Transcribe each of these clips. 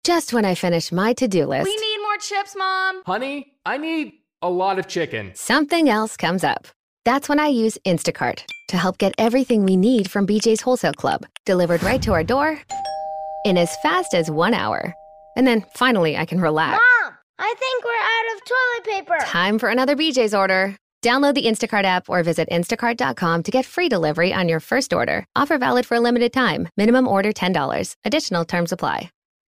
Just when I finish my to-do list, We need more chips, Mom. Honey, I need a lot of chicken. something else comes up. That's when I use Instacart to help get everything we need from BJ's Wholesale Club delivered right to our door in as fast as 1 hour. And then finally I can relax. Mom, I think we're out of toilet paper. Time for another BJ's order. Download the Instacart app or visit instacart.com to get free delivery on your first order. Offer valid for a limited time. Minimum order $10. Additional terms apply.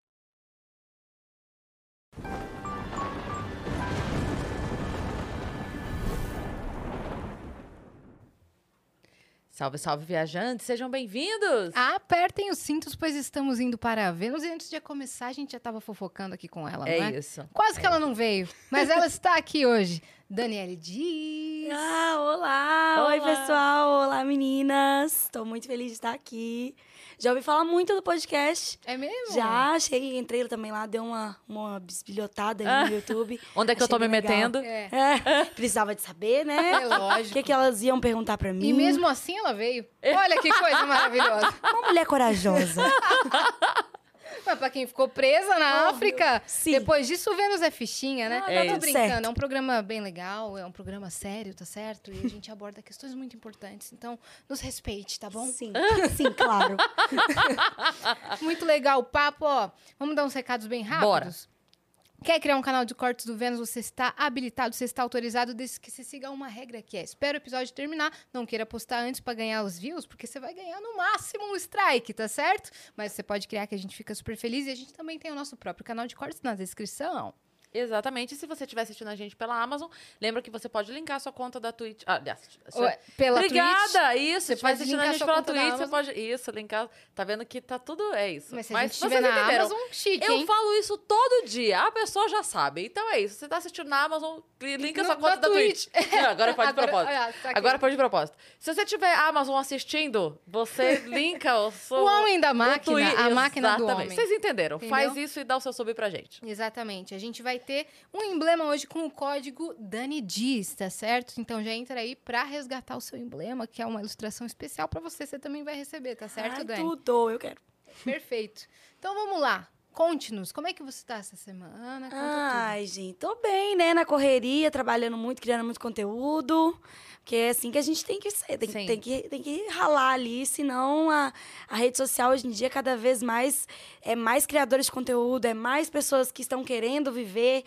Salve, salve, viajantes! Sejam bem-vindos! Apertem os cintos, pois estamos indo para a Vênus. E antes de começar, a gente já estava fofocando aqui com ela, não é? Isso. Quase que ela não veio, mas ela está aqui hoje. Daniele Dias. Olá! Oi, pessoal! Olá, meninas! Estou muito feliz de estar aqui. Já ouvi falar muito do podcast. É mesmo? Já, entrei também lá, dei uma bisbilhotada aí no YouTube. Onde é que eu tô me metendo? Precisava de saber, né? É lógico. O que elas iam perguntar pra mim. E mesmo assim ela veio. Olha que coisa maravilhosa. Uma mulher corajosa. Mas pra quem ficou presa na África, sim. Depois disso, Vênus é fichinha, né? Ah, Eu tô tudo brincando, certo. é um programa bem legal, é um programa sério, tá certo? E a gente aborda questões muito importantes. Então, nos respeite, tá bom? Sim, sim, claro. Muito legal o papo, ó. Vamos dar uns recados bem rápidos? Bora. Quer criar um canal de cortes do Vênus? Você está habilitado, você está autorizado, desde que você siga uma regra que é: espera o episódio terminar, não queira postar antes para ganhar os views, porque você vai ganhar no máximo um strike, tá certo? Mas você pode criar, que a gente fica super feliz. E a gente também tem o nosso próprio canal de cortes na descrição. Exatamente. E se você estiver assistindo a gente pela Amazon, lembra que você pode linkar a sua conta da Twitch. Aliás, Pela obrigada! Twitch, Isso, você se estiver pode assistindo a linkar gente sua pela conta da Twitch, você Amazon. pode... Isso, linkar... Tá vendo que tá tudo... É isso. Mas se a gente vocês estiver na entenderam. Amazon, chique, Eu hein? falo isso todo dia. A pessoa já sabe. Então é isso. Você tá assistindo na Amazon, linka a sua conta da Twitch. Não, agora pode de propósito. Agora pode de propósito. Se você tiver Amazon assistindo, você linka o seu... O homem da máquina, a máquina do Exatamente. homem. Vocês entenderam. Entendeu? Faz isso e dá o seu sub pra gente. Exatamente. A gente vai ter um emblema hoje com o código DaniDiz, tá certo? Então já entra aí pra resgatar o seu emblema, que é uma ilustração especial pra você. Você também vai receber, tá certo, Ai, Dani? tudo, eu quero. Perfeito. Então vamos lá. Conte-nos, como é que você tá essa semana? Conta Ai, gente, tô bem, né? Na correria, trabalhando muito, criando muito conteúdo. Porque é assim que a gente tem que ser. Sim. Tem que ralar ali, senão a rede social hoje em dia cada vez mais é mais criadores de conteúdo, é mais pessoas que estão querendo viver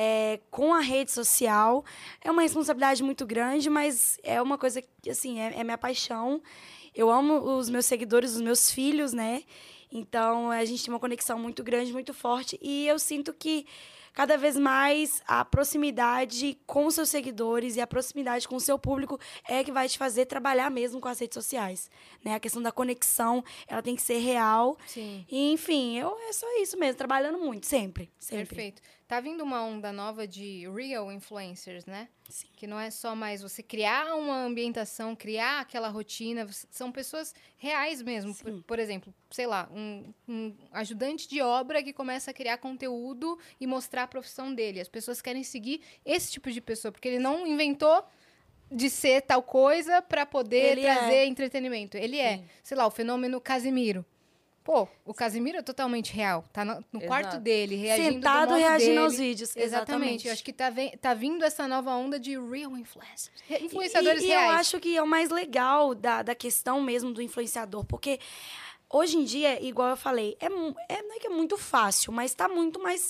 com a rede social. É uma responsabilidade muito grande, mas é uma coisa que, assim, é minha paixão. Eu amo os meus seguidores, os meus filhos, né? Então, a gente tem uma conexão muito grande, muito forte. E eu sinto que, cada vez mais, a proximidade com os seus seguidores e a proximidade com o seu público é que vai te fazer trabalhar mesmo com as redes sociais, né? A questão da conexão, ela tem que ser real. Sim. E, enfim, é só isso mesmo, trabalhando muito, sempre. Perfeito. Tá vindo uma onda nova de real influencers, né? Sim. Que não é só mais você criar uma ambientação, criar aquela rotina. São pessoas reais mesmo. Por exemplo, sei lá, um ajudante de obra que começa a criar conteúdo e mostrar a profissão dele. As pessoas querem seguir esse tipo de pessoa, porque ele não inventou de ser tal coisa para poder Ele trazer entretenimento. Ele é, sei lá, o fenômeno Casimiro. Pô, o Casimiro é totalmente real. Tá no quarto dele, reagindo Sentado, do modo reagindo dele. aos vídeos. Exatamente. Eu acho que tá vindo essa nova onda de real influencers. Influenciadores e reais. eu acho que é o mais legal da questão mesmo do influenciador, porque hoje em dia, igual eu falei, não é que é muito fácil, mas tá muito mais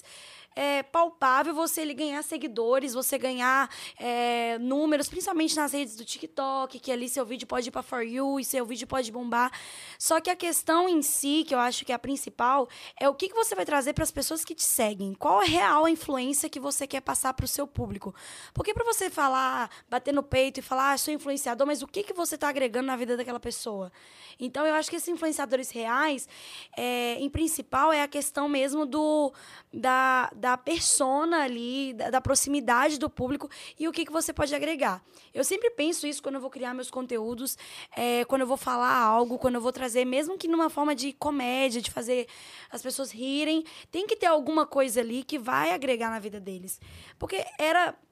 palpável você ganhar seguidores, você ganhar números, principalmente nas redes do TikTok, que ali seu vídeo pode ir pra For You e seu vídeo pode bombar. Só que a questão em si, que eu acho que é a principal, é o que você vai trazer para as pessoas que te seguem. Qual é a real influência que você quer passar pro seu público? Porque para você falar, bater no peito e falar, sou influenciador, mas o que você tá agregando na vida daquela pessoa? Então, eu acho que esses influenciadores reais, em principal, é a questão mesmo da persona ali, da proximidade do público e o que você pode agregar. Eu sempre penso isso quando eu vou criar meus conteúdos, quando eu vou falar algo, quando eu vou trazer, mesmo que numa forma de comédia, de fazer as pessoas rirem, tem que ter alguma coisa ali que vai agregar na vida deles. Porque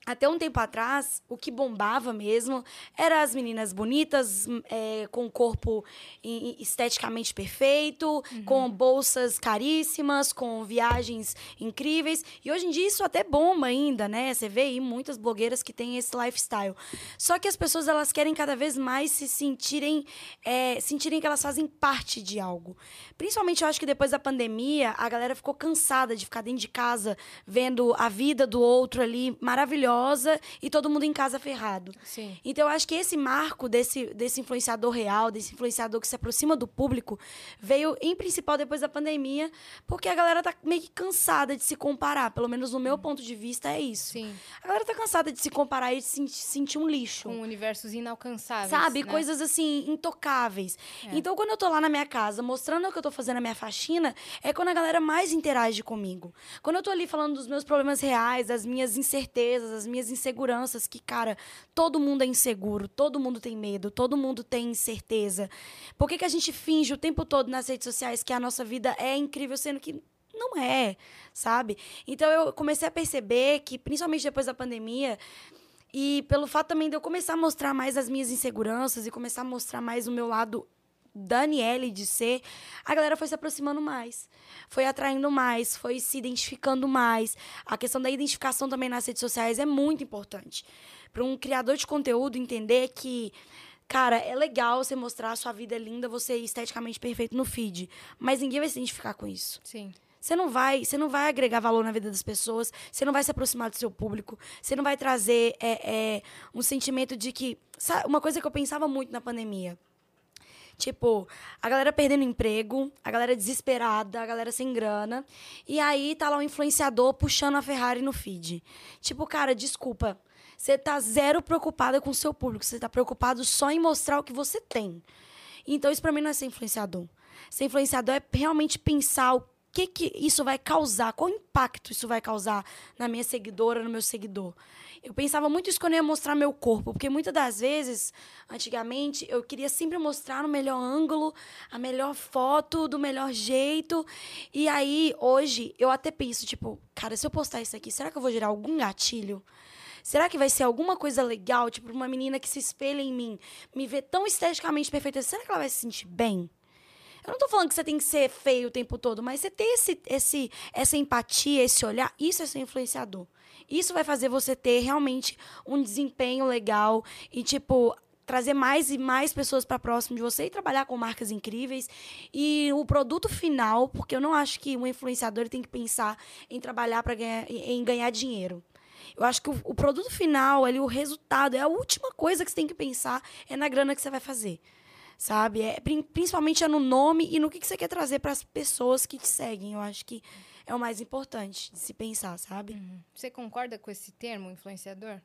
até um tempo atrás, o que bombava mesmo eram as meninas bonitas, com o corpo esteticamente perfeito, com bolsas caríssimas, com viagens incríveis. E hoje em dia isso até bomba ainda, né? Você vê aí muitas blogueiras que têm esse lifestyle. Só que as pessoas, elas querem cada vez mais se sentirem que elas fazem parte de algo. Principalmente, eu acho que depois da pandemia, a galera ficou cansada de ficar dentro de casa, vendo a vida do outro ali maravilhosa, e todo mundo em casa ferrado. Sim. Então, eu acho que esse marco desse influenciador real, desse influenciador que se aproxima do público, veio, em principal, depois da pandemia, porque a galera tá meio que cansada de se comparar. Pelo menos no meu ponto de vista, é isso. Sim. A galera tá cansada de se comparar e de se sentir um lixo. Com universos inalcançáveis. Sabe? Né? Coisas, assim, intocáveis. Então, quando eu tô lá na minha casa, mostrando o que eu tô fazendo na minha faxina, é quando a galera mais interage comigo. Quando eu tô ali falando dos meus problemas reais, das minhas incertezas, das minhas inseguranças, que, cara, todo mundo é inseguro, todo mundo tem medo, todo mundo tem incerteza. Por que a gente finge o tempo todo nas redes sociais que a nossa vida é incrível, sendo que não é, sabe? Então, eu comecei a perceber que, principalmente depois da pandemia, e pelo fato também de eu começar a mostrar mais as minhas inseguranças e começar a mostrar mais o meu lado da Aniele de ser, a galera foi se aproximando mais, foi atraindo mais, foi se identificando mais. A questão da identificação também nas redes sociais é muito importante. Para um criador de conteúdo entender que, cara, é legal você mostrar a sua vida linda, você é esteticamente perfeito no feed, mas ninguém vai se identificar com isso. Sim. Você não vai agregar valor na vida das pessoas, você não vai se aproximar do seu público, você não vai trazer um sentimento de que... Sabe, uma coisa que eu pensava muito na pandemia... Tipo, a galera perdendo emprego, a galera desesperada, a galera sem grana. E aí tá lá um influenciador puxando a Ferrari no feed. Tipo, cara, desculpa. Você tá zero preocupada com o seu público. Você tá preocupado só em mostrar o que você tem. Então, isso pra mim não é ser influenciador. Ser influenciador é realmente pensar o que isso vai causar, qual impacto isso vai causar na minha seguidora, no meu seguidor. Eu pensava muito isso quando eu ia mostrar meu corpo, porque muitas das vezes, antigamente, eu queria sempre mostrar no melhor ângulo, a melhor foto, do melhor jeito. E aí, hoje, eu até penso, tipo, cara, se eu postar isso aqui, será que eu vou gerar algum gatilho? Será que vai ser alguma coisa legal, tipo, uma menina que se espelha em mim, me vê tão esteticamente perfeita, será que ela vai se sentir bem? Eu não tô falando que você tem que ser feio o tempo todo, mas você ter essa empatia, esse olhar, isso é ser influenciador. Isso vai fazer você ter realmente um desempenho legal e, tipo, trazer mais e mais pessoas para próximo de você e trabalhar com marcas incríveis. E o produto final, porque eu não acho que um influenciador tem que pensar em trabalhar em ganhar dinheiro. Eu acho que o produto final, ali, o resultado, é a última coisa que você tem que pensar, é na grana que você vai fazer. Sabe? Principalmente é no nome e no que você quer trazer para as pessoas que te seguem. Eu acho que é o mais importante de se pensar, sabe? Você concorda com esse termo, influenciador?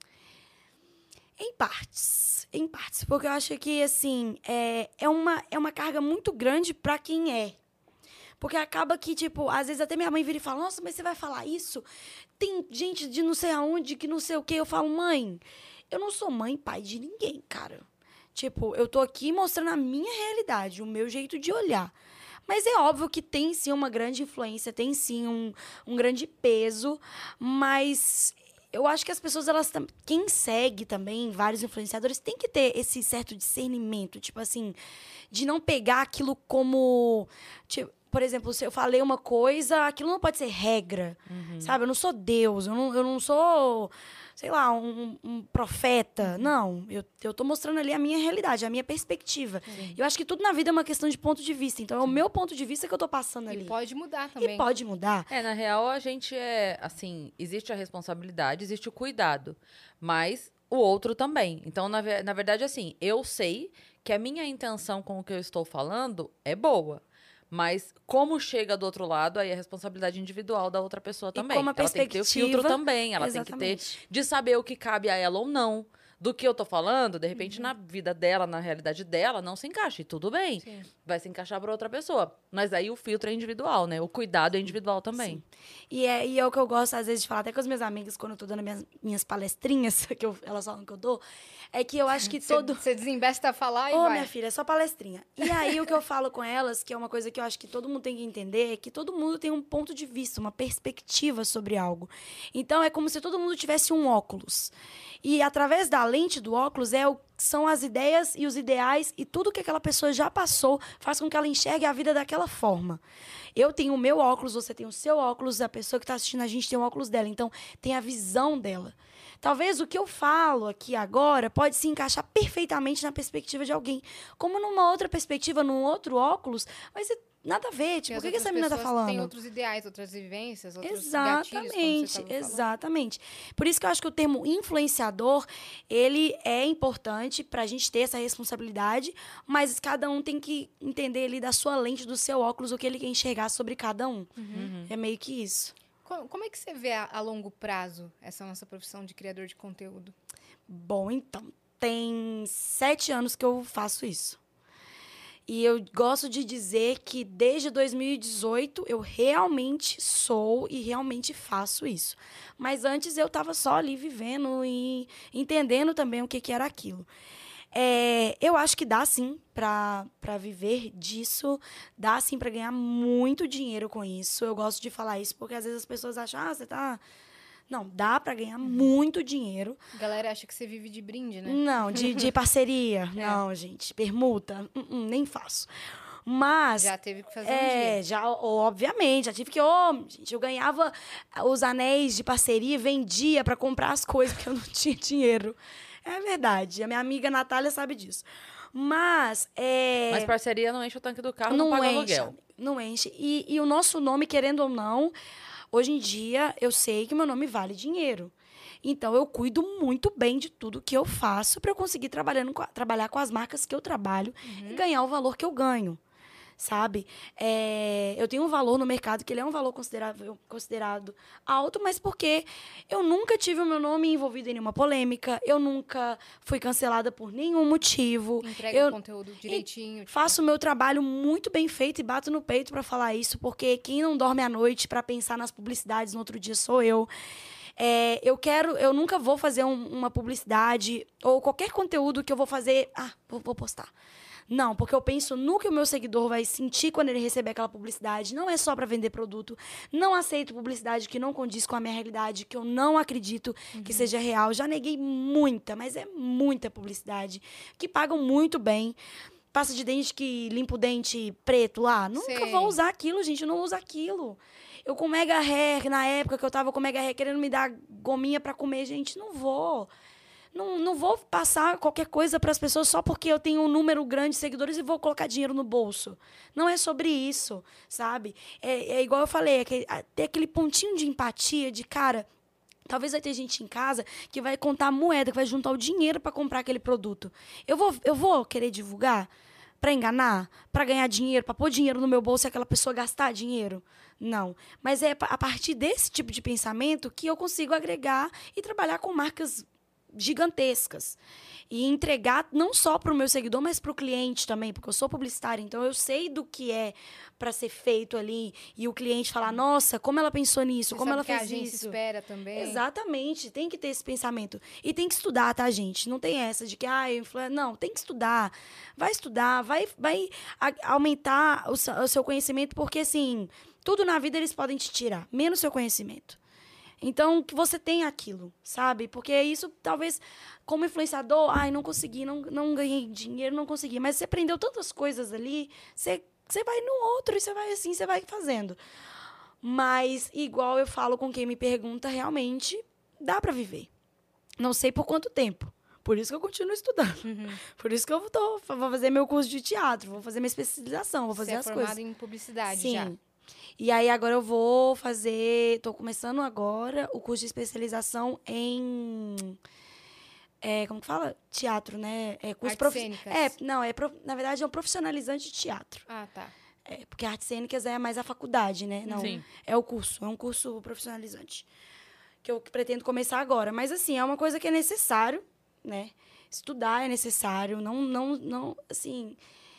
Em partes, porque eu acho que, assim, é uma carga muito grande para quem é. Porque acaba que, tipo, às vezes até minha mãe vira e fala, nossa, mas você vai falar isso? Tem gente de não sei aonde, que não sei o quê. Eu falo, mãe, eu não sou mãe e pai de ninguém, cara. Tipo, eu tô aqui mostrando a minha realidade, o meu jeito de olhar. Mas é óbvio que tem, sim, uma grande influência, tem, sim, um grande peso. Mas eu acho que as pessoas, quem segue também, vários influenciadores, tem que ter esse certo discernimento. Tipo assim, de não pegar aquilo como... Tipo, por exemplo, se eu falei uma coisa, aquilo não pode ser regra, sabe? Eu não sou Deus, eu não sou... sei lá, um profeta. Não, eu tô mostrando ali a minha realidade, a minha perspectiva. Sim. Eu acho que tudo na vida é uma questão de ponto de vista. Então, é o meu ponto de vista que eu tô passando ali. E pode mudar também. E pode mudar. Na real, a gente assim, existe a responsabilidade, existe o cuidado, mas o outro também. Então, na verdade, assim, eu sei que a minha intenção com o que eu estou falando é boa. Mas como chega do outro lado, aí é responsabilidade individual da outra pessoa também. Como a ela tem que ter o filtro também. Ela exatamente. tem que ter de saber o que cabe a ela ou não. do que eu tô falando, de repente, na vida dela, na realidade dela, não se encaixa. E tudo bem. Sim. Vai se encaixar pra outra pessoa. Mas aí o filtro é individual, né? O cuidado é individual também. Sim. E é o que eu gosto, às vezes, de falar até com as minhas amigas, quando eu tô dando minhas palestrinhas, elas falam que eu dou, é que eu acho que todo... Você desembesta a falar e Ô, vai. minha filha, é só palestrinha. E aí, o que eu falo com elas, que é uma coisa que eu acho que todo mundo tem que entender, é que todo mundo tem um ponto de vista, uma perspectiva sobre algo. Então, é como se todo mundo tivesse um óculos. E, através da lente do óculos, são as ideias e os ideais e tudo que aquela pessoa já passou faz com que ela enxergue a vida daquela forma. Eu tenho o meu óculos, você tem o seu óculos, a pessoa que está assistindo a gente tem o óculos dela. Então, tem a visão dela. Talvez o que eu falo aqui agora pode se encaixar perfeitamente na perspectiva de alguém. Como numa outra perspectiva, num outro óculos, vai ser nada a ver. Tipo, o que essa menina tá falando? Tem outros ideais, outras vivências, outros gatilhos, como você Exatamente, tava falando. exatamente. Por isso que eu acho que o termo influenciador, ele é importante pra gente ter essa responsabilidade, mas cada um tem que entender ali da sua lente, do seu óculos, o que ele quer enxergar sobre cada um. É meio que isso. Como é que você vê a longo prazo essa nossa profissão de criador de conteúdo? Bom, então, tem 7 anos que eu faço isso. E eu gosto de dizer que desde 2018 eu realmente sou e realmente faço isso. Mas antes eu estava só ali vivendo e entendendo também o que era aquilo. Eu acho que dá sim para viver disso, dá sim para ganhar muito dinheiro com isso. Eu gosto de falar isso porque às vezes as pessoas acham, você tá... Não, dá para ganhar muito dinheiro. A galera acha que você vive de brinde, né? Não, de parceria. Não, gente, permuta, nem faço. Mas... Já teve que fazer um dia. já, obviamente, já tive que... gente, eu ganhava os anéis de parceria, vendia para comprar as coisas, porque eu não tinha dinheiro. É verdade, a minha amiga Natália sabe disso. Mas parceria não enche o tanque do carro, não paga enche, aluguel. não enche. E o nosso nome, querendo ou não, hoje em dia, eu sei que meu nome vale dinheiro. Então, eu cuido muito bem de tudo que eu faço para eu conseguir trabalhar com as marcas que eu trabalho e ganhar o valor que eu ganho, sabe? Eu tenho um valor no mercado que ele é um valor considerado alto, mas porque eu nunca tive o meu nome envolvido em nenhuma polêmica, eu nunca fui cancelada por nenhum motivo. Entrega o conteúdo direitinho. Faço o meu trabalho muito bem feito e bato no peito para falar isso, porque quem não dorme à noite para pensar nas publicidades no outro dia sou eu. Eu nunca vou fazer uma publicidade ou qualquer conteúdo que eu vou fazer, vou postar. Não, porque eu penso no que o meu seguidor vai sentir quando ele receber aquela publicidade. Não é só para vender produto. Não aceito publicidade que não condiz com a minha realidade, que eu não acredito que seja real. Já neguei muita, mas é muita publicidade, que pagam muito bem. Pasta de dente que limpa o dente preto lá. Nunca vou usar aquilo, gente. Eu não uso aquilo. Eu com Mega Hair, na época que eu tava com Mega Hair querendo me dar gominha para comer, gente, não vou. Não vou passar qualquer coisa para as pessoas só porque eu tenho um número grande de seguidores e vou colocar dinheiro no bolso. Não é sobre isso, sabe? É igual eu falei, ter aquele pontinho de empatia, de cara... Talvez vai ter gente em casa que vai contar a moeda, que vai juntar o dinheiro para comprar aquele produto. Eu vou querer divulgar para enganar, para ganhar dinheiro, para pôr dinheiro no meu bolso e aquela pessoa gastar dinheiro? Não. Mas é a partir desse tipo de pensamento que eu consigo agregar e trabalhar com marcas gigantescas e entregar não só para o meu seguidor, mas para o cliente também, porque eu sou publicitária, então eu sei do que é para ser feito ali e o cliente falar, nossa, como ela pensou nisso, como ela fez isso. A gente espera também. Exatamente, tem que ter esse pensamento e tem que estudar, tá, gente? Não tem essa de que não, tem que estudar, vai aumentar o seu conhecimento, porque assim, tudo na vida eles podem te tirar, menos seu conhecimento. Então, que você tenha aquilo, sabe? Porque isso, talvez, como influenciador, não consegui, não ganhei dinheiro, não consegui. Mas você aprendeu tantas coisas ali, você vai no outro e você vai assim, você vai fazendo. Mas, igual eu falo com quem me pergunta, realmente dá para viver. Não sei por quanto tempo. Por isso que eu continuo estudando. Por isso que eu vou fazer meu curso de teatro, vou fazer minha especialização, vou fazer as coisas. Você é formada em publicidade. Sim. Já. E aí, agora eu vou fazer... Estou começando agora o curso de especialização em... como que fala? Teatro, né? Artes cênicas. Na verdade, é um profissionalizante de teatro. Ah, tá. Porque artes cênicas é mais a faculdade, né? Não, Sim. é um curso profissionalizante. Que eu pretendo começar agora. Mas, assim, é uma coisa que é necessário né? Estudar é necessário, não, assim...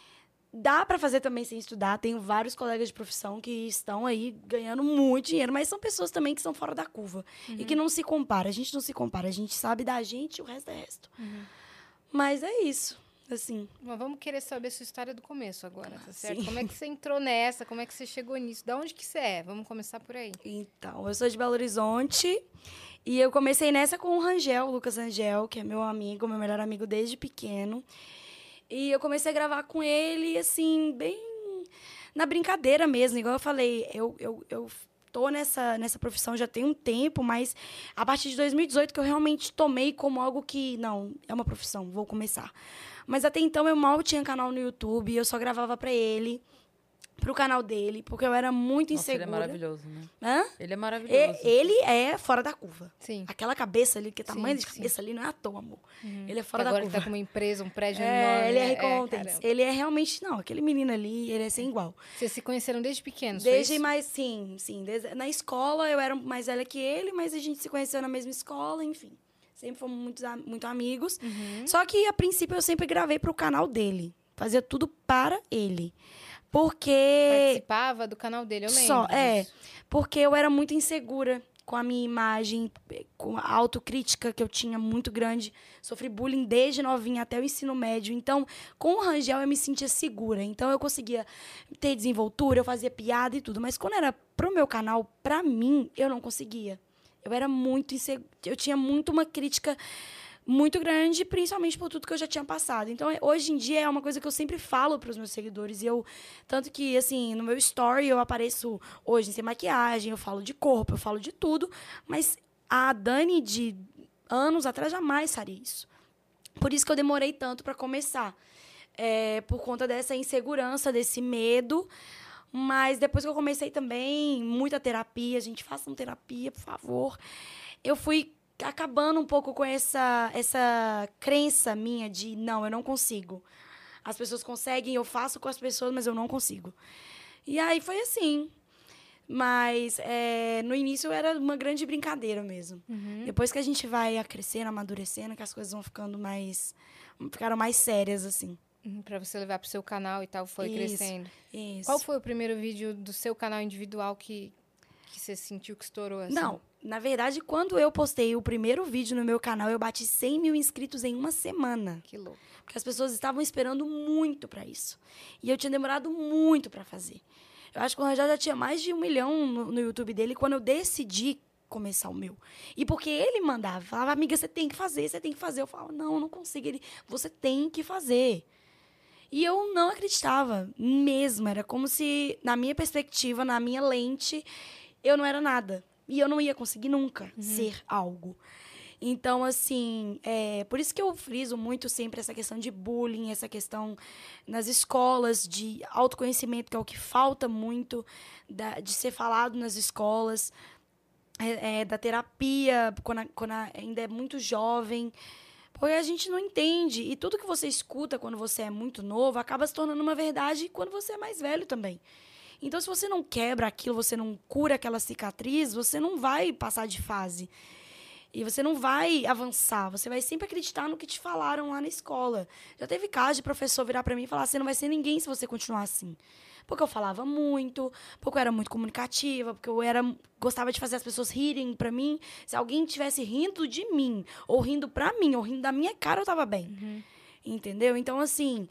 Dá pra fazer também sem estudar. Tenho vários colegas de profissão que estão aí ganhando muito dinheiro, mas são pessoas também que são fora da curva. E que não se compara. A gente não se compara. A gente sabe da gente e o resto é resto. Mas é isso, assim. Mas vamos querer saber sua história do começo agora, tá certo? Sim. Como é que você entrou nessa? Como é que você chegou nisso? Da onde que você é? Vamos começar por aí. Então, eu sou de Belo Horizonte e eu comecei nessa com o Rangel, o Lucas Rangel, que é meu amigo, meu melhor amigo desde pequeno. E eu comecei a gravar com ele, assim, bem na brincadeira mesmo. Igual eu falei, eu tô nessa profissão já tem um tempo, mas a partir de 2018 que eu realmente tomei como algo que, não, é uma profissão, vou começar. Mas até então eu mal tinha canal no YouTube, eu só gravava pra ele, pro canal dele, porque eu era muito insegura. Ele é maravilhoso, né? Hã? Ele é maravilhoso. Ele é fora da curva. Sim. Aquela cabeça ali, que tamanho de sim. cabeça ali não é à toa, amor. Ele é fora da Agora curva. ele tá com uma empresa, um prédio É, enorme. ele é né? Recontents. Caramba. Ele é realmente, não, aquele menino ali, ele é sem igual. Vocês se conheceram desde pequenos, Desde foi mais, sim. Na escola eu era mais velha que ele, mas a gente se conheceu na mesma escola, enfim. Sempre fomos muito amigos. Só que, a princípio, eu sempre gravei pro canal dele. Fazia tudo para ele. Porque... Participava do canal dele, eu lembro disso. Porque eu era muito insegura com a minha imagem, com a autocrítica que eu tinha muito grande. Sofri bullying desde novinha até o ensino médio. Então, com o Rangel, eu me sentia segura. Então, eu conseguia ter desenvoltura, eu fazia piada e tudo. Mas quando era pro meu canal, pra mim, eu não conseguia. Eu era muito insegura. Eu tinha muito uma crítica muito grande, principalmente por tudo que eu já tinha passado. Então, hoje em dia, é uma coisa que eu sempre falo para os meus seguidores. E tanto que, assim, no meu story, eu apareço hoje sem maquiagem, eu falo de corpo, eu falo de tudo. Mas a Dani, de anos atrás, jamais faria isso. Por isso que eu demorei tanto para começar. Por conta dessa insegurança, desse medo. Mas depois que eu comecei também, muita terapia. Gente, façam terapia, por favor. Eu fui acabando um pouco com essa crença minha de, não, eu não consigo. As pessoas conseguem, eu faço com as pessoas, mas eu não consigo. E aí foi assim. Mas no início era uma grande brincadeira mesmo. Depois que a gente vai crescendo, amadurecendo, que as coisas vão ficaram mais sérias, assim. Pra você levar pro seu canal e tal, foi Isso, crescendo. Isso. Qual foi o primeiro vídeo do seu canal individual que você sentiu que estourou assim? Não, na verdade, quando eu postei o primeiro vídeo no meu canal, eu bati 100 mil inscritos em uma semana. Que louco. Porque as pessoas estavam esperando muito pra isso. E eu tinha demorado muito pra fazer. Eu acho que o Rangel já tinha mais de 1 milhão no YouTube dele quando eu decidi começar o meu. E porque ele mandava, falava, amiga, você tem que fazer, você tem que fazer. Eu falava, não, eu não consigo. Ele, você tem que fazer. E eu não acreditava mesmo. Era como se, na minha perspectiva, na minha lente, eu não era nada. E eu não ia conseguir nunca ser algo. Então, assim, por isso que eu friso muito sempre essa questão de bullying, essa questão nas escolas, de autoconhecimento, que é o que falta muito de ser falado nas escolas, da terapia, quando ainda é muito jovem. Porque a gente não entende. E tudo que você escuta quando você é muito novo acaba se tornando uma verdade quando você é mais velho também. Então, se você não quebra aquilo, você não cura aquela cicatriz, você não vai passar de fase. E você não vai avançar. Você vai sempre acreditar no que te falaram lá na escola. Já teve caso de professor virar pra mim e falar, você não vai ser ninguém se você continuar assim. Porque eu falava muito, porque eu era muito comunicativa, porque eu gostava de fazer as pessoas rirem pra mim. Se alguém estivesse rindo de mim, ou rindo pra mim, ou rindo da minha cara, eu tava bem. Entendeu? Então, assim,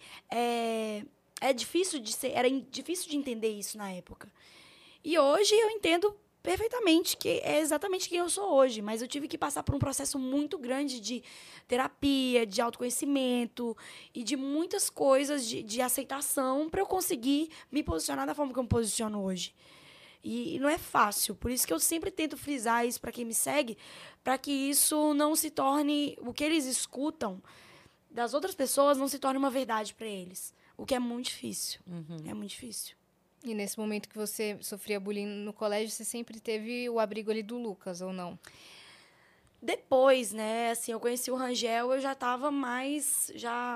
era difícil de entender isso na época. E hoje eu entendo perfeitamente que é exatamente quem eu sou hoje, mas eu tive que passar por um processo muito grande de terapia, de autoconhecimento e de muitas coisas de aceitação para eu conseguir me posicionar da forma que eu me posiciono hoje. E não é fácil, por isso que eu sempre tento frisar isso para quem me segue, para que isso não se torne, o que eles escutam das outras pessoas não se torne uma verdade para eles, o que é muito difícil. É muito difícil. E nesse momento que você sofria bullying no colégio, você sempre teve o abrigo ali do Lucas, ou não? Depois, né, assim, eu conheci o Rangel, eu já tava mais, já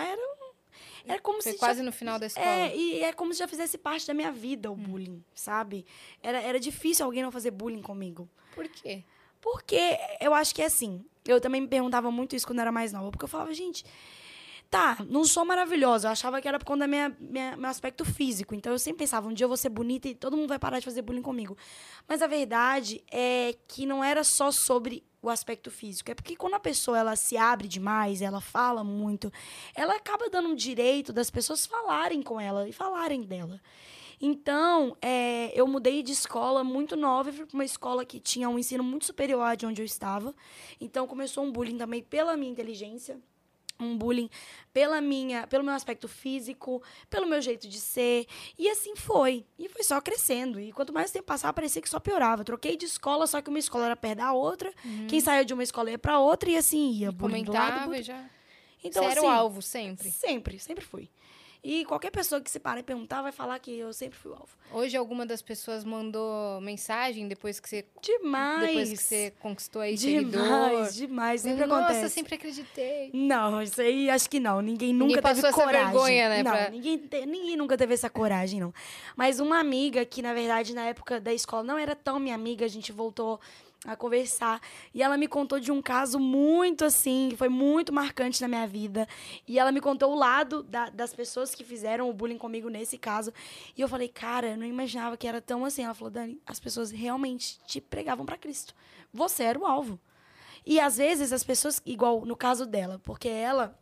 era como Foi se quase no final da escola. E é como se já fizesse parte da minha vida o bullying, sabe? Era difícil alguém não fazer bullying comigo. Por quê? Porque eu acho que é assim. Eu também me perguntava muito isso quando eu era mais nova. Porque eu falava, gente, tá, não sou maravilhosa. Eu achava que era por conta do meu aspecto físico. Então, eu sempre pensava, um dia eu vou ser bonita e todo mundo vai parar de fazer bullying comigo. Mas a verdade é que não era só sobre o aspecto físico. É porque quando a pessoa ela se abre demais, ela fala muito, ela acaba dando um direito das pessoas falarem com ela e falarem dela. Então, eu mudei de escola muito nova e fui para uma escola que tinha um ensino muito superior a de onde eu estava. Então, começou um bullying também pela minha inteligência, um bullying pelo meu aspecto físico, pelo meu jeito de ser. E assim foi. E foi só crescendo. E quanto mais tempo passava, parecia que só piorava. Troquei de escola, só que uma escola era perto da outra. Quem saía de uma escola ia para outra e assim ia. Bullying do lado, bullying. Já... Então, você era assim, o alvo sempre? Sempre fui. E qualquer pessoa que se parar e perguntar vai falar que eu sempre fui o alvo. Hoje alguma das pessoas mandou mensagem depois que você... Demais! Depois que você conquistou aí seguidor? Demais. Sempre acontece. Nossa, sempre acreditei. Não, isso aí acho que não. Ninguém nunca teve passou coragem. essa vergonha, né? Não, ninguém nunca teve essa coragem, não. Mas uma amiga que, na verdade, na época da escola não era tão minha amiga, a gente voltou a conversar. E ela me contou de um caso muito, assim, que foi muito marcante na minha vida. E ela me contou o lado das pessoas que fizeram o bullying comigo nesse caso. E eu falei, cara, eu não imaginava que era tão assim. Ela falou, Dani, as pessoas realmente te pregavam pra Cristo. Você era o alvo. E, às vezes, as pessoas, igual no caso dela, porque ela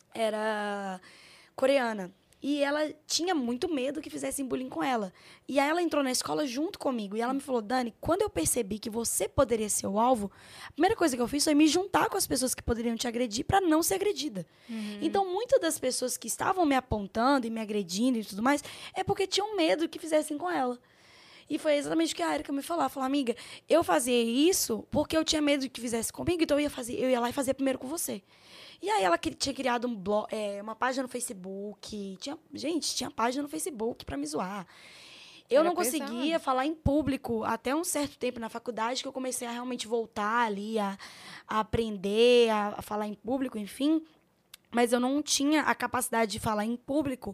era coreana. E ela tinha muito medo que fizessem bullying com ela. E aí ela entrou na escola junto comigo. E ela me falou, Dani, quando eu percebi que você poderia ser o alvo, a primeira coisa que eu fiz foi me juntar com as pessoas que poderiam te agredir para não ser agredida. Então, muitas das pessoas que estavam me apontando e me agredindo e tudo mais, é porque tinham medo que fizessem com ela. E foi exatamente o que a Erika me falou. Ela falou, amiga, eu fazia isso porque eu tinha medo que fizesse comigo, então eu ia lá e fazia primeiro com você. E aí ela tinha criado uma página no Facebook. Tinha página no Facebook pra me zoar. Eu não conseguia falar em público até um certo tempo na faculdade, que eu comecei a realmente voltar ali, a aprender, a falar em público, enfim. Mas eu não tinha a capacidade de falar em público,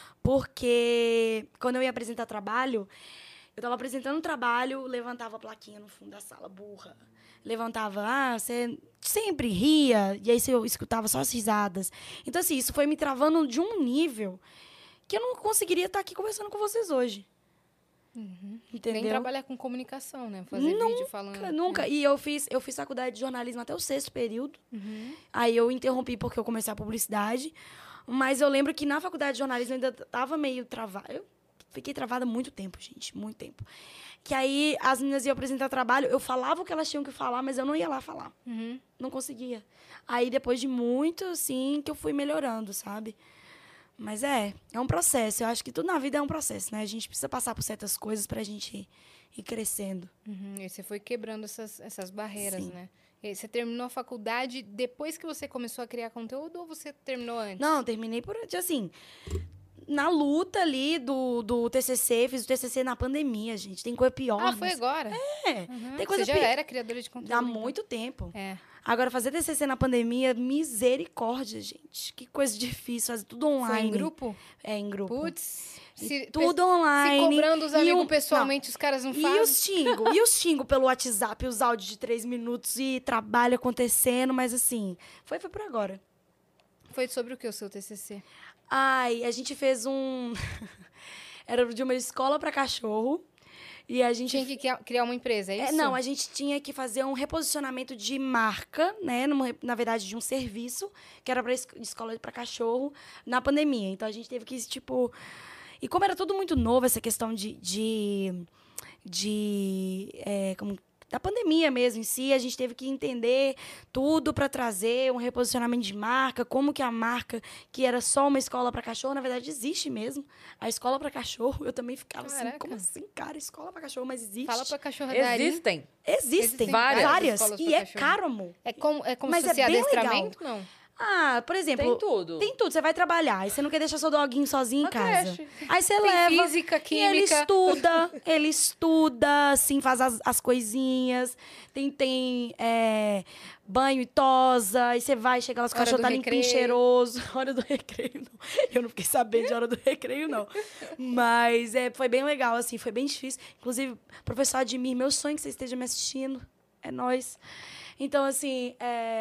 porque quando eu ia apresentar trabalho, eu estava apresentando um trabalho, levantava a plaquinha no fundo da sala, burra. Levantava, você sempre ria, e aí eu escutava só as risadas. Então, assim, isso foi me travando de um nível que eu não conseguiria estar aqui conversando com vocês hoje. Entendeu? Nem trabalhar com comunicação, né? Fazer vídeo falando. Nunca. E eu fiz faculdade de jornalismo até o 6º período. Aí eu interrompi porque eu comecei a publicidade. Mas eu lembro que na faculdade de jornalismo eu ainda estava meio travada. Eu fiquei travada muito tempo, gente. Muito tempo. Que aí as meninas iam apresentar trabalho, eu falava o que elas tinham que falar, mas eu não ia lá falar. Não conseguia. Aí, depois de muito, assim, que eu fui melhorando, sabe? Mas é um processo. Eu acho que tudo na vida é um processo, né? A gente precisa passar por certas coisas pra gente ir crescendo. E você foi quebrando essas barreiras, Sim. né? E você terminou a faculdade depois que você começou a criar conteúdo ou você terminou antes? Não, terminei por... Assim, na luta ali do TCC, fiz o TCC na pandemia, gente. Tem coisa pior. Ah, foi agora? Tem coisa você já era criadora de conteúdo? Há muito tempo. É. Agora, fazer TCC na pandemia, misericórdia, gente. Que coisa difícil, fazer tudo online. Foi em grupo? É, em grupo. Putz. Tudo online. Se cobrando os amigos pessoalmente, os caras não fazem. E os xingo pelo WhatsApp, os áudios de 3 minutos e trabalho acontecendo, mas assim, foi por agora. Foi sobre o que o seu TCC? Ai, a gente fez Era de uma escola para cachorro. E a gente... Tinha que criar uma empresa, é isso? Não, a gente tinha que fazer um reposicionamento de marca, né? Na verdade, de um serviço, que era para escola para cachorro, na pandemia. Então, a gente teve que, tipo... E como era tudo muito novo, essa questão da pandemia mesmo em si, a gente teve que entender tudo para trazer um reposicionamento de marca, como que a marca, que era só uma escola para cachorro, na verdade existe mesmo. A escola para cachorro, eu também ficava assim, como assim, cara, escola para cachorro, mas existe. Fala para cachorradaria. Existem várias. E é caro, amor. É como mas se fosse adestramento, não? Ah, por exemplo... Tem tudo. Você vai trabalhar, aí você não quer deixar seu doguinho sozinho em casa. Aí você leva... física, química... E ele estuda, assim, faz as coisinhas. Tem banho e tosa, aí você vai, chega lá, os cachorros tá limpinho, cheiroso. Hora do recreio, não. Eu não fiquei sabendo de hora do recreio, não. Mas foi bem legal, assim, foi bem difícil. Inclusive, professor Admir, meu sonho é que você esteja me assistindo. É nóis. Então, assim,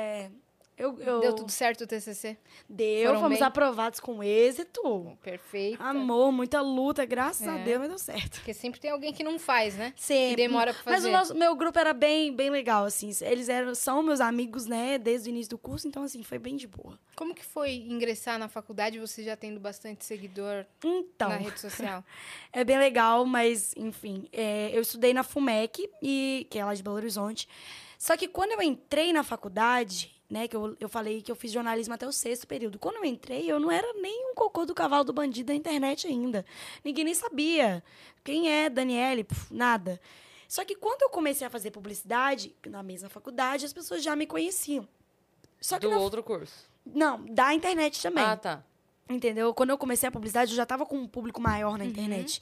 Deu tudo certo o TCC? Fomos bem? aprovados com êxito. Perfeito. Amor, muita luta, graças a Deus, mas deu certo. Porque sempre tem alguém que não faz, né? Sempre. Que demora pra fazer. Mas meu grupo era bem legal, assim. Eles são meus amigos, né, desde o início do curso, então, assim, foi bem de boa. Como que foi ingressar na faculdade, você já tendo bastante seguidor na rede social? É bem legal, mas, enfim, eu estudei na FUMEC, que é lá de Belo Horizonte. Só que quando eu entrei na faculdade, né, que eu falei que eu fiz jornalismo até o 6º período. Quando eu entrei, eu não era nem um cocô do cavalo do bandido da internet ainda. Ninguém nem sabia quem é Daniele, nada. Só que quando eu comecei a fazer publicidade, na mesma faculdade, as pessoas já me conheciam. Só que outro curso? Não, da internet também. Ah, tá. Entendeu? Quando eu comecei a publicidade, eu já estava com um público maior na internet.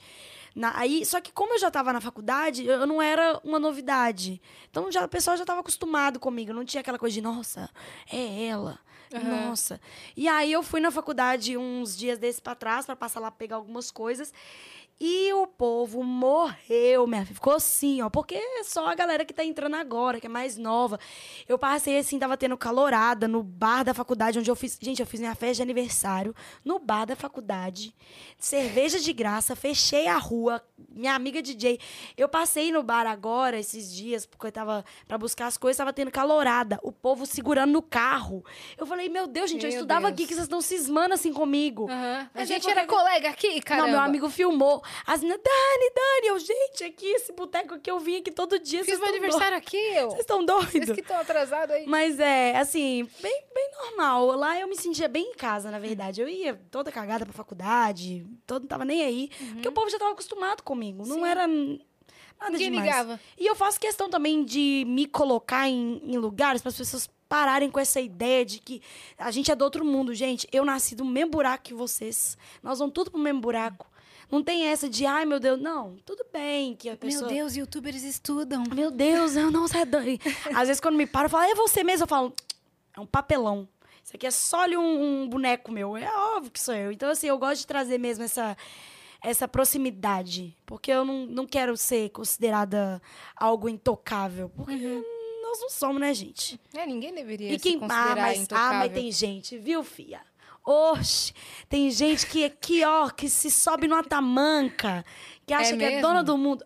Só que como eu já estava na faculdade, eu não era uma novidade. Então o pessoal já estava acostumado comigo. Não tinha aquela coisa de, nossa, é ela. Nossa. E aí eu fui na faculdade uns dias desses pra trás, pra passar lá pra pegar algumas coisas. E o povo morreu, minha filha. Ficou assim, ó. Porque é só a galera que tá entrando agora, que é mais nova. Eu passei assim, tava tendo calorada no bar da faculdade, onde eu fiz... Gente, eu fiz minha festa de aniversário no bar da faculdade. Cerveja de graça, fechei a rua. Minha amiga DJ. Eu passei no bar agora, esses dias, porque eu tava pra buscar as coisas, tava tendo calorada. O povo segurando no carro. Eu falei, meu Deus, gente, eu estudava aqui, que vocês estão cismando assim comigo. A gente era colega aqui, caramba. Não, meu amigo filmou. As meninas, Dani, eu, gente, aqui, esse boteco aqui, eu vim aqui todo dia. Fiz meu aniversário aqui, eu. Vocês estão doidos? Vocês que estão atrasados aí. Mas assim, bem normal. Lá eu me sentia bem em casa, na verdade. Eu ia toda cagada pra faculdade, não tava nem aí. Porque o povo já tava acostumado comigo. Não era nada Ninguém demais. ligava. E eu faço questão também de me colocar em lugares para as pessoas pararem com essa ideia de que a gente é do outro mundo. Gente, eu nasci do mesmo buraco que vocês. Nós vamos tudo pro mesmo buraco. Não tem essa de, ai, meu Deus, não, tudo bem que a pessoa... Meu Deus, youtubers estudam. Meu Deus, eu não sei. Às vezes, quando me param, eu falo, é você mesmo? Eu falo, é um papelão. Isso aqui é só ali um boneco meu. É óbvio que sou eu. Então, assim, eu gosto de trazer mesmo essa proximidade. Porque eu não quero ser considerada algo intocável. Porque nós não somos, né, gente? Ninguém deveria se considerar intocável. Mas tem gente, viu, filha? Oxe, tem gente que aqui, ó, que se sobe numa tamanca, que acha que é dona do mundo.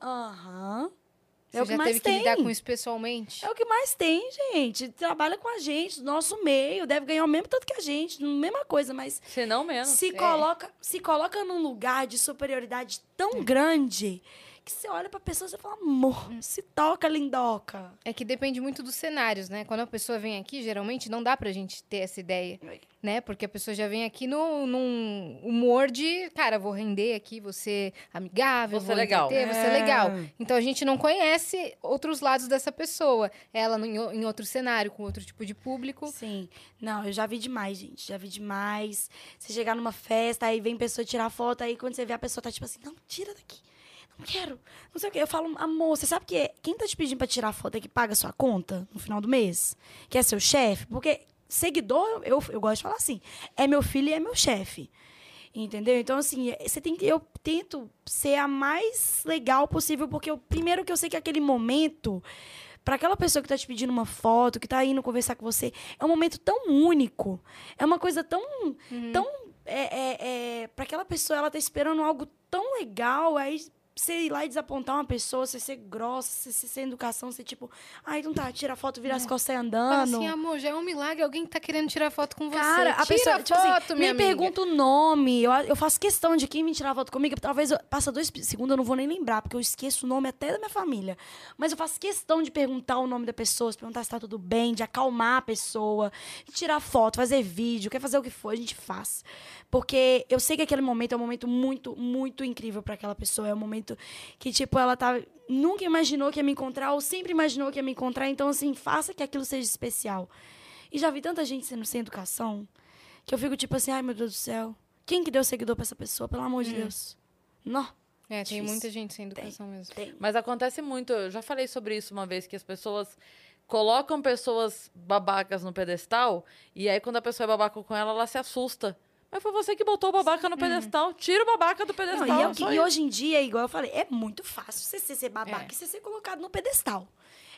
É o que mais tem. Você já teve que lidar com isso pessoalmente? É o que mais tem, gente. Trabalha com a gente, do nosso meio, deve ganhar o mesmo tanto que a gente, mesma coisa, mas... Se não menos. Se coloca num lugar de superioridade tão grande... que você olha pra pessoa e você fala, amor, se toca, lindoca. É que depende muito dos cenários, né? Quando a pessoa vem aqui, geralmente, não dá pra gente ter essa ideia, né? Porque a pessoa já vem aqui num humor de, cara, vou render aqui, vou ser amigável, vou legal. Vou ser legal. Então, a gente não conhece outros lados dessa pessoa. Ela em outro cenário, com outro tipo de público. Sim. Não, eu já vi demais, gente. Já vi demais. Você chegar numa festa, aí vem pessoa tirar foto, aí quando você vê a pessoa tá tipo assim, não, tira daqui. Não quero, não sei o quê. Eu falo, amor, você sabe que quem tá te pedindo pra tirar foto é que paga a sua conta no final do mês? Que é seu chefe? Porque seguidor, eu gosto de falar assim, é meu filho e é meu chefe. Entendeu? Então, assim, eu tento ser a mais legal possível, porque primeiro que eu sei que aquele momento, para aquela pessoa que tá te pedindo uma foto, que tá indo conversar com você, é um momento tão único. É uma coisa tão... para aquela pessoa, ela tá esperando algo tão legal, aí... Você ir lá e desapontar uma pessoa, você ser grossa, você ser sem educação, você tipo... Ai, não tá, tira a foto, vira as costas e andando. Fala assim, amor, já é um milagre alguém que tá querendo tirar foto com você. Cara, a pessoa, tira foto, tipo assim, minha amiga. pergunta o nome. Eu faço questão de quem me tirar foto comigo. Talvez passa 2 segundos, eu não vou nem lembrar, porque eu esqueço o nome até da minha família. Mas eu faço questão de perguntar o nome da pessoa, de perguntar se tá tudo bem, de acalmar a pessoa, de tirar foto, fazer vídeo, quer fazer o que for, a gente faz. Porque eu sei que aquele momento é um momento muito, muito incrível pra aquela pessoa. É um momento que, tipo, ela nunca imaginou que ia me encontrar, ou sempre imaginou que ia me encontrar. Então, assim, faça que aquilo seja especial. E já vi tanta gente sendo sem educação, que eu fico tipo assim, ai, meu Deus do céu. Quem que deu seguidor pra essa pessoa? Pelo amor de Deus. Não. Tem muita gente sem educação mesmo. Mas acontece muito, eu já falei sobre isso uma vez, que as pessoas colocam pessoas babacas no pedestal, e aí quando a pessoa é babaca com ela, ela se assusta. Mas foi você que botou o babaca no pedestal. Tira o babaca do pedestal. Não, e hoje em dia, igual eu falei, é muito fácil você ser babaca e você ser colocado no pedestal.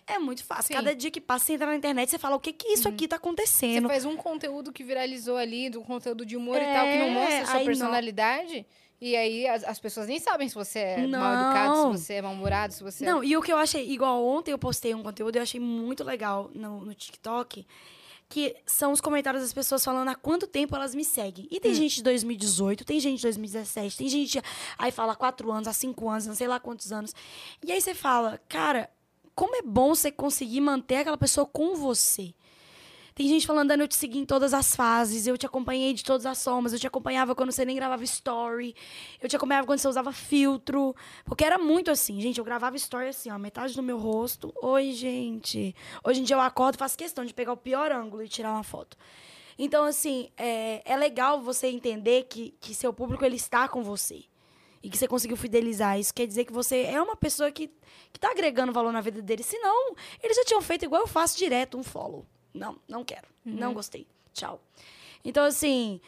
É muito fácil. Sim. Cada dia que passa, você entra na internet, você fala, o que isso aqui tá acontecendo? Você faz um conteúdo que viralizou ali, do conteúdo de humor e tal, que não mostra a sua personalidade. E aí as pessoas nem sabem se você é mal educado, se você é mal-humorado, se você... Não, e o que eu achei... Igual ontem eu postei um conteúdo, eu achei muito legal no TikTok, que são os comentários das pessoas falando há quanto tempo elas me seguem. E tem gente de 2018, tem gente de 2017, tem gente... Aí fala há 4 anos, há 5 anos, não sei lá quantos anos. E aí você fala, cara, como é bom você conseguir manter aquela pessoa com você. Tem gente falando, Dani, eu te segui em todas as fases, eu te acompanhei de todas as formas, eu te acompanhava quando você nem gravava story, eu te acompanhava quando você usava filtro, porque era muito assim, gente, eu gravava story assim, ó, metade do meu rosto. Oi, gente. Hoje em dia eu acordo e faço questão de pegar o pior ângulo e tirar uma foto. Então, assim, é legal você entender que seu público, ele está com você. E que você conseguiu fidelizar. Isso quer dizer que você é uma pessoa que tá agregando valor na vida deles. Senão, eles já tinham feito igual eu faço direto, um follow. Não quero. Não gostei. Tchau. Então, assim,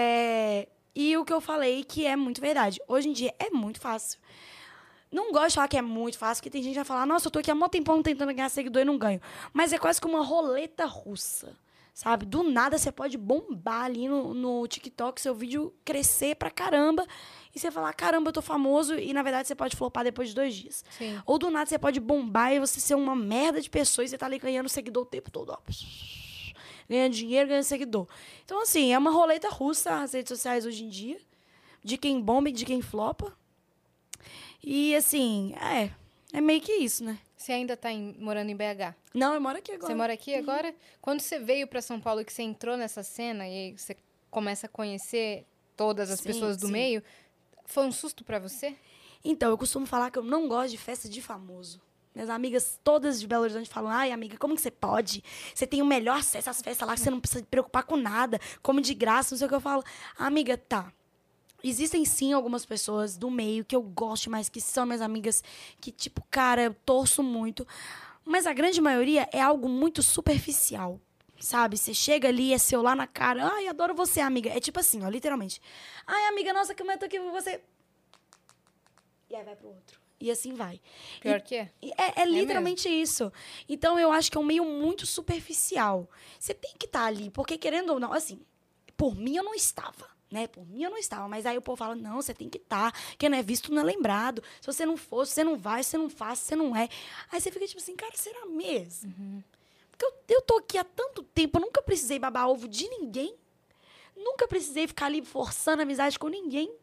e o que eu falei que é muito verdade. Hoje em dia é muito fácil. Não gosto de falar que é muito fácil, porque tem gente que vai falar, nossa, eu tô aqui há mó tempão tentando ganhar seguidor e não ganho. Mas é quase como uma roleta russa, sabe? Do nada você pode bombar ali no TikTok, seu vídeo crescer pra caramba, e você falar, caramba, eu tô famoso, e na verdade você pode flopar depois de 2 dias. Sim. Ou do nada você pode bombar e você ser uma merda de pessoa e você tá ali ganhando seguidor o tempo todo, ó. Ganhando dinheiro, ganhando seguidor. Então, assim, é uma roleta russa as redes sociais hoje em dia, de quem bomba e de quem flopa. E, assim, é meio que isso, né? Você ainda tá morando em BH? Não, eu moro aqui agora. Você mora aqui agora? Quando você veio pra São Paulo e que você entrou nessa cena e aí você começa a conhecer todas as pessoas do meio, foi um susto pra você? Então, eu costumo falar que eu não gosto de festa de famoso. Minhas amigas todas de Belo Horizonte falam, ai, amiga, como que você pode? Você tem o melhor acesso às festas lá, que você não precisa se preocupar com nada, come de graça, não sei o que eu falo. Amiga, tá. Existem, sim, algumas pessoas do meio que eu gosto mais, que são minhas amigas, que, tipo, cara, eu torço muito. Mas a grande maioria é algo muito superficial, sabe? Você chega ali, é seu lá na cara, ai, adoro você, amiga. É tipo assim, ó, literalmente. Ai, amiga, nossa, como eu tô aqui com você. E aí vai pro outro. E assim vai. Pior que é. É literalmente isso. Então, eu acho que é um meio muito superficial. Você tem que estar ali, porque querendo ou não, assim, por mim eu não estava, né? Por mim eu não estava. Mas aí o povo fala, não, você tem que estar. Quem não é visto não é lembrado. Se você não for, se você não vai, se você não faz, se você não é. Aí você fica tipo assim, cara, será mesmo? Porque eu tô aqui há tanto tempo, eu nunca precisei babar ovo de ninguém. Nunca precisei ficar ali forçando amizade com ninguém.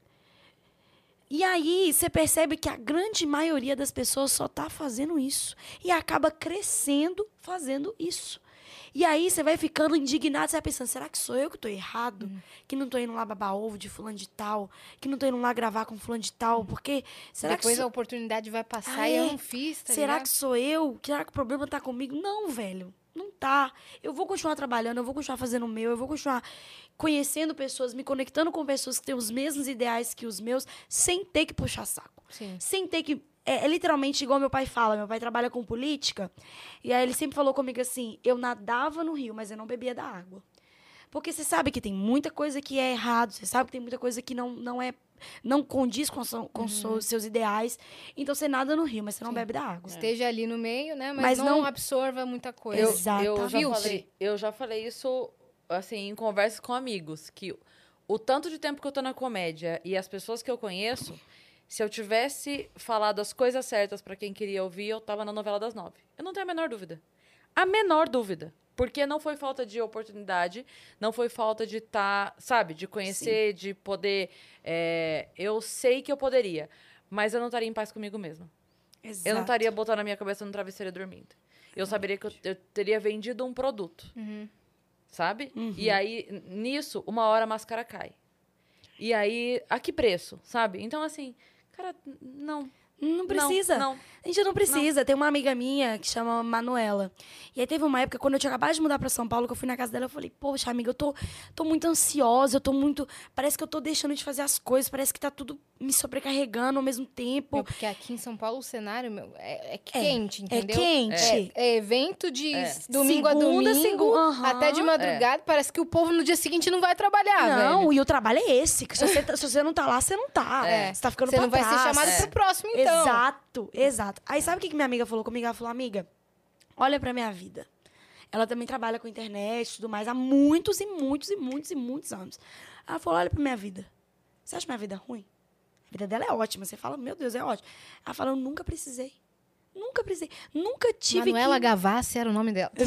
E aí, você percebe que a grande maioria das pessoas só tá fazendo isso. E acaba crescendo fazendo isso. E aí, você vai ficando indignado, você vai pensando, será que sou eu que tô errado? Que não tô indo lá babar ovo de fulano de tal? Que não tô indo lá gravar com fulano de tal? Porque, será Depois que a oportunidade vai passar e eu não fiz, tá será ligado? que sou eu? Será que o problema tá comigo? Não, velho. Não tá. Eu vou continuar trabalhando, eu vou continuar fazendo o meu, eu vou continuar conhecendo pessoas, me conectando com pessoas que têm os mesmos ideais que os meus, sem ter que puxar saco. Sim. Sem ter que... É literalmente igual meu pai fala. Meu pai trabalha com política. E aí ele sempre falou comigo assim, eu nadava no rio, mas eu não bebia da água. Porque você sabe que tem muita coisa que é errado, você sabe que tem muita coisa que não condiz com os seus ideais. Então, você nada no rio, mas você não bebe da água. Esteja ali no meio, né? Mas não absorva muita coisa. Eu já falei isso, assim, em conversas com amigos, que o tanto de tempo que eu tô na comédia e as pessoas que eu conheço, se eu tivesse falado as coisas certas pra quem queria ouvir, eu tava na novela das 9. Eu não tenho a menor dúvida. A menor dúvida. Porque não foi falta de oportunidade, não foi falta de estar, sabe, de conhecer, de poder... eu sei que eu poderia, mas eu não estaria em paz comigo mesma. Exato. Eu não estaria botando a minha cabeça no travesseiro e dormindo. Eu saberia que eu teria vendido um produto, sabe? E aí, nisso, uma hora a máscara cai. E aí, a que preço, sabe? Então, assim, cara, não... Não precisa. Não. A gente não precisa. Tem uma amiga minha que chama Manuela. E aí teve uma época, quando eu tinha acabado de mudar pra São Paulo, que eu fui na casa dela, eu falei, poxa, amiga, eu tô muito ansiosa, eu tô muito... Parece que eu tô deixando de fazer as coisas, parece que tá tudo me sobrecarregando ao mesmo tempo. Porque aqui em São Paulo o cenário é quente, entendeu? É quente. É evento de domingo a domingo, até de madrugada. Parece que o povo no dia seguinte não vai trabalhar, Não, velho. E o trabalho é esse. Que se você não tá lá, você não tá. Você tá ficando pra trás. Você não vai ser chamado pro próximo, então. Exato. Aí sabe o que minha amiga falou comigo? Ela falou, amiga, olha pra minha vida. Ela também trabalha com internet e tudo mais há muitos anos. Ela falou, olha pra minha vida. Você acha minha vida ruim? A vida dela é ótima. Você fala, meu Deus, é ótimo. Ela fala, eu nunca precisei. Nunca tive Manuela Gavassi era o nome dela.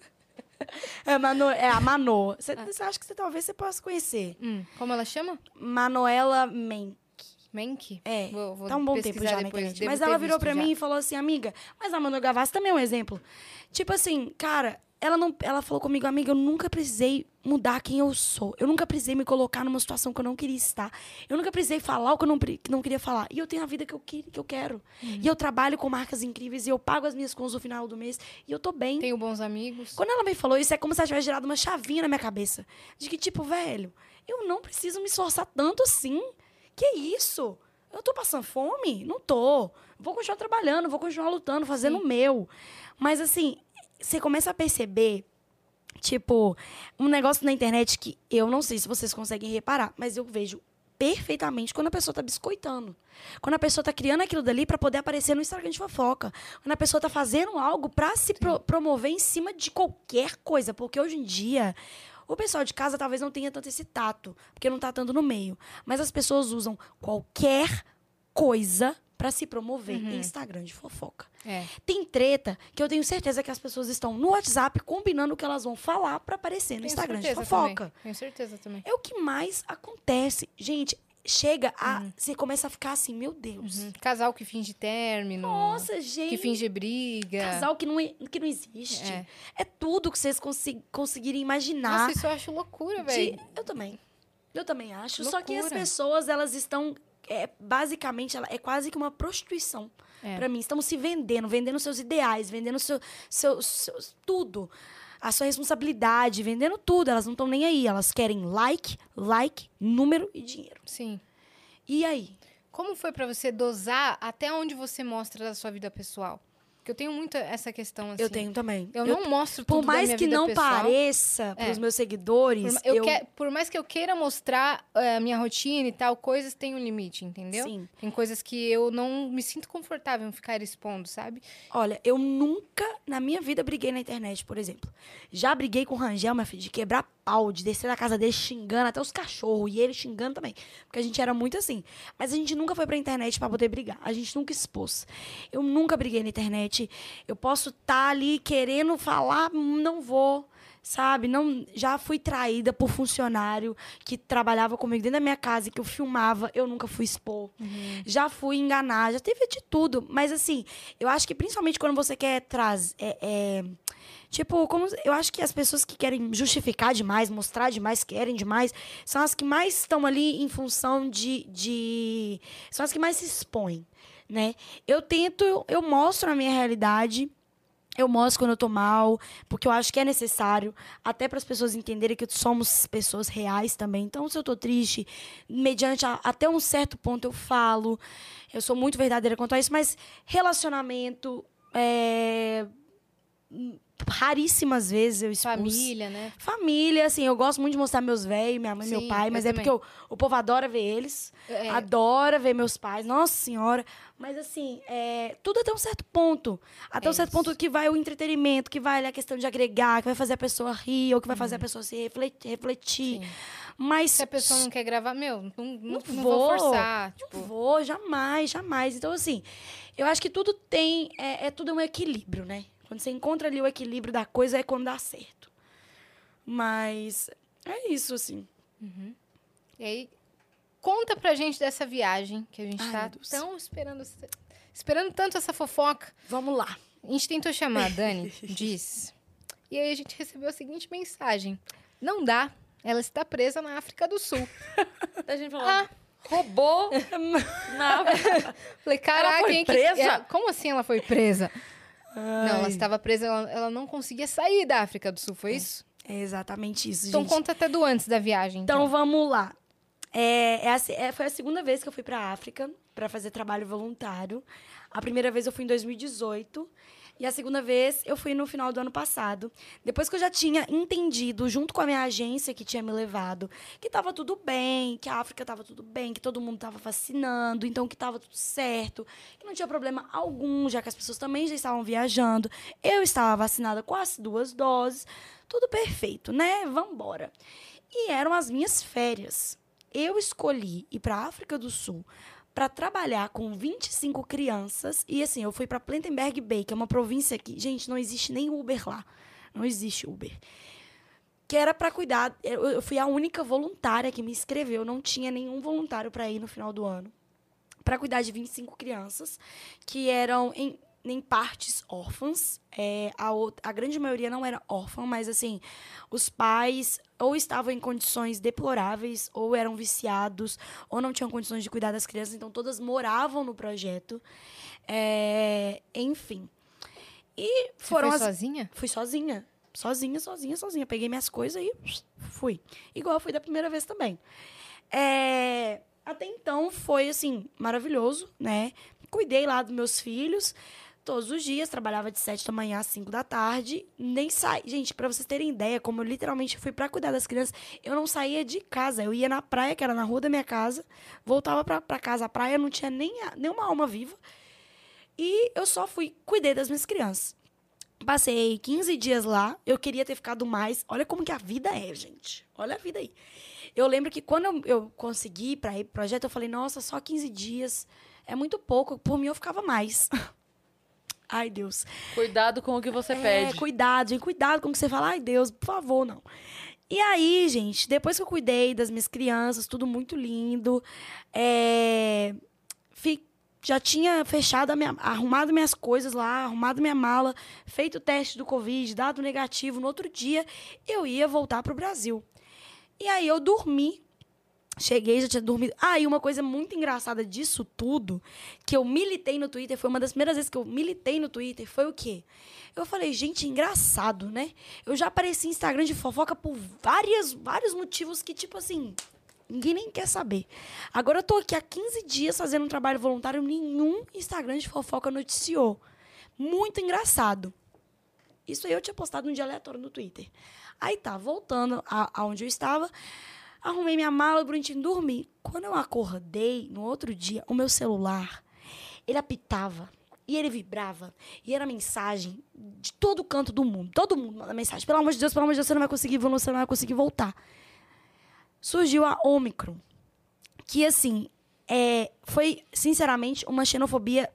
É a Mano. Você acha que talvez você possa conhecer. Como ela chama? Manuela Menck. Menck? É, Vou tá um bom tempo já na internet. Mas ela virou pra mim e falou assim, amiga, mas a Manu Gavassi também é um exemplo. Tipo assim, cara, ela falou comigo, amiga, eu nunca precisei mudar quem eu sou. Eu nunca precisei me colocar numa situação que eu não queria estar. Eu nunca precisei falar o que eu não queria falar. E eu tenho a vida que eu quero. E eu trabalho com marcas incríveis e eu pago as minhas contas no final do mês e eu tô bem. Tenho bons amigos. Quando ela me falou isso, é como se ela tivesse gerado uma chavinha na minha cabeça. De que, tipo, velho, eu não preciso me esforçar tanto assim. Que isso? Eu tô passando fome? Não tô. Vou continuar trabalhando, vou continuar lutando, fazendo o meu. Mas, assim, você começa a perceber, tipo, um negócio na internet que eu não sei se vocês conseguem reparar, mas eu vejo perfeitamente quando a pessoa tá biscoitando. Quando a pessoa tá criando aquilo dali pra poder aparecer no Instagram de fofoca. Quando a pessoa tá fazendo algo pra se promover em cima de qualquer coisa. Porque hoje em dia, o pessoal de casa talvez não tenha tanto esse tato, porque não tá tanto no meio. Mas as pessoas usam qualquer coisa pra se promover em Instagram de fofoca. Tem treta que eu tenho certeza que as pessoas estão no WhatsApp combinando o que elas vão falar pra aparecer no Instagram de fofoca. Tenho certeza também. É o que mais acontece. Gente, chega a... Você começa a ficar assim, meu Deus. Casal que finge término. Nossa, gente. Que finge briga. Casal que não existe. É tudo que vocês conseguirem imaginar. Nossa, isso eu acho loucura, velho. Eu também acho. Loucura. Só que as pessoas, elas estão... basicamente, é quase que uma prostituição. Pra mim, estamos se vendendo seus ideais, vendendo seu tudo. A sua responsabilidade, vendendo tudo. Elas não estão nem aí. Elas querem like, número e dinheiro. Sim. E aí? Como foi pra você dosar até onde você mostra da sua vida pessoal? Porque eu tenho muito essa questão, assim. Eu tenho também. Eu não mostro tudo da minha vida pessoal. Por mais que não pareça pros meus seguidores... Por mais que eu queira mostrar a minha rotina e tal, coisas têm um limite, entendeu? Sim. Tem coisas que eu não me sinto confortável em ficar expondo, sabe? Olha, eu nunca na minha vida briguei na internet, por exemplo. Já briguei com o Rangel, minha filha, de quebrar pau, de descer da casa dele xingando até os cachorros. E ele xingando também. Porque a gente era muito assim. Mas a gente nunca foi pra internet pra poder brigar. A gente nunca expôs. Eu nunca briguei na internet. Eu posso estar ali querendo falar, não vou, sabe? Não, já fui traída por funcionário que trabalhava comigo dentro da minha casa, que eu filmava, eu nunca fui expor. Já fui enganar, já teve de tudo. Mas, assim, eu acho que principalmente quando você quer trazer... Tipo, eu acho que as pessoas que querem justificar demais, mostrar demais, querem demais, são as que mais estão ali em função são as que mais se expõem, né? Eu mostro a minha realidade, eu mostro quando eu tô mal, porque eu acho que é necessário, até para as pessoas entenderem que somos pessoas reais também. Então, se eu tô triste, mediante até um certo ponto eu falo, eu sou muito verdadeira quanto a isso, mas relacionamento... raríssimas vezes eu expus. Família, né? Família, assim, eu gosto muito de mostrar meus velhos, minha mãe e meu pai, mas é porque o povo adora ver eles, adora ver meus pais, nossa senhora. Mas, assim, tudo até um certo ponto. Até um certo ponto que vai o entretenimento, que vai a questão de agregar, que vai fazer a pessoa rir, ou que vai fazer a pessoa se refletir. Sim. Mas se a pessoa não quer gravar, não vou forçar. Não vou, jamais. Então, assim, eu acho que tudo tem... tudo um equilíbrio, né? Quando você encontra ali o equilíbrio da coisa, é quando dá certo. Mas é isso, assim. E aí, conta pra gente dessa viagem que a gente tá tão esperando tanto essa fofoca. Vamos lá. A gente tentou chamar a Dani, diz. E aí a gente recebeu a seguinte mensagem. Não dá, ela está presa na África do Sul. A gente falou, roubou na África. Falei, caraca, ela foi presa? Como assim ela foi presa? Não, ela estava presa, ela não conseguia sair da África do Sul, foi isso? É exatamente isso, então, gente. Conta até do antes da viagem. Então vamos lá. Foi a segunda vez que eu fui pra África para fazer trabalho voluntário. A primeira vez eu fui em 2018. E a segunda vez eu fui no final do ano passado. Depois que eu já tinha entendido, junto com a minha agência que tinha me levado, que estava tudo bem, que a África estava tudo bem, que todo mundo estava vacinando, então que estava tudo certo, que não tinha problema algum, já que as pessoas também já estavam viajando. Eu estava vacinada com as 2 doses. Tudo perfeito, né? Vambora. E eram as minhas férias. Eu escolhi ir para a África do Sul para trabalhar com 25 crianças. E, assim, eu fui para Plettenberg Bay, que é uma província que, gente, não existe nem Uber lá. Não existe Uber. Que era para cuidar... Eu fui a única voluntária que me inscreveu. Não tinha nenhum voluntário para ir no final do ano. Para cuidar de 25 crianças, que eram em partes órfãs. A grande maioria não era órfã, mas, assim, os pais ou estavam em condições deploráveis, ou eram viciados, ou não tinham condições de cuidar das crianças. Então, todas moravam no projeto. Enfim. E foram Você foi sozinha? Fui sozinha. Sozinha. Peguei minhas coisas e fui. Igual eu fui da primeira vez também. Até então, foi, assim, maravilhoso, né? Cuidei lá dos meus filhos todos os dias, trabalhava de 7 da manhã às 5 da tarde, nem saí. Gente, pra vocês terem ideia, como eu literalmente fui pra cuidar das crianças, eu não saía de casa. Eu ia na praia, que era na rua da minha casa, voltava pra casa. A praia não tinha nenhuma alma viva. E eu só cuidei das minhas crianças. Passei 15 dias lá, eu queria ter ficado mais. Olha como que a vida é, gente. Olha a vida aí. Eu lembro que quando eu consegui ir pra ir pro projeto, eu falei, nossa, só 15 dias é muito pouco. Por mim, eu ficava mais. Ai, Deus. Cuidado com o que você pede. Cuidado, gente. Cuidado com o que você fala. Ai, Deus, por favor, não. E aí, gente, depois que eu cuidei das minhas crianças, tudo muito lindo, já tinha fechado, arrumado minhas coisas lá, arrumado minha mala, feito o teste do Covid, dado negativo. No outro dia, eu ia voltar pro Brasil. E aí, eu dormi. Cheguei, já tinha dormido. E uma coisa muito engraçada disso tudo, que eu militei no Twitter, foi uma das primeiras vezes que eu militei no Twitter, foi o quê? Eu falei, gente, engraçado, né? Eu já apareci em Instagram de fofoca por vários motivos que, tipo assim, ninguém nem quer saber. Agora eu tô aqui há 15 dias fazendo um trabalho voluntário, nenhum Instagram de fofoca noticiou. Muito engraçado. Isso aí eu tinha postado num dia aleatório no Twitter. Aí tá, voltando aonde eu estava... Arrumei minha mala, bonitinho, dormi. Quando eu acordei, no outro dia, o meu celular, ele apitava, e ele vibrava, e era mensagem de todo canto do mundo. Todo mundo manda mensagem. Pelo amor de Deus, você não vai conseguir voltar. Surgiu a Omicron, que, assim, foi, sinceramente, uma xenofobia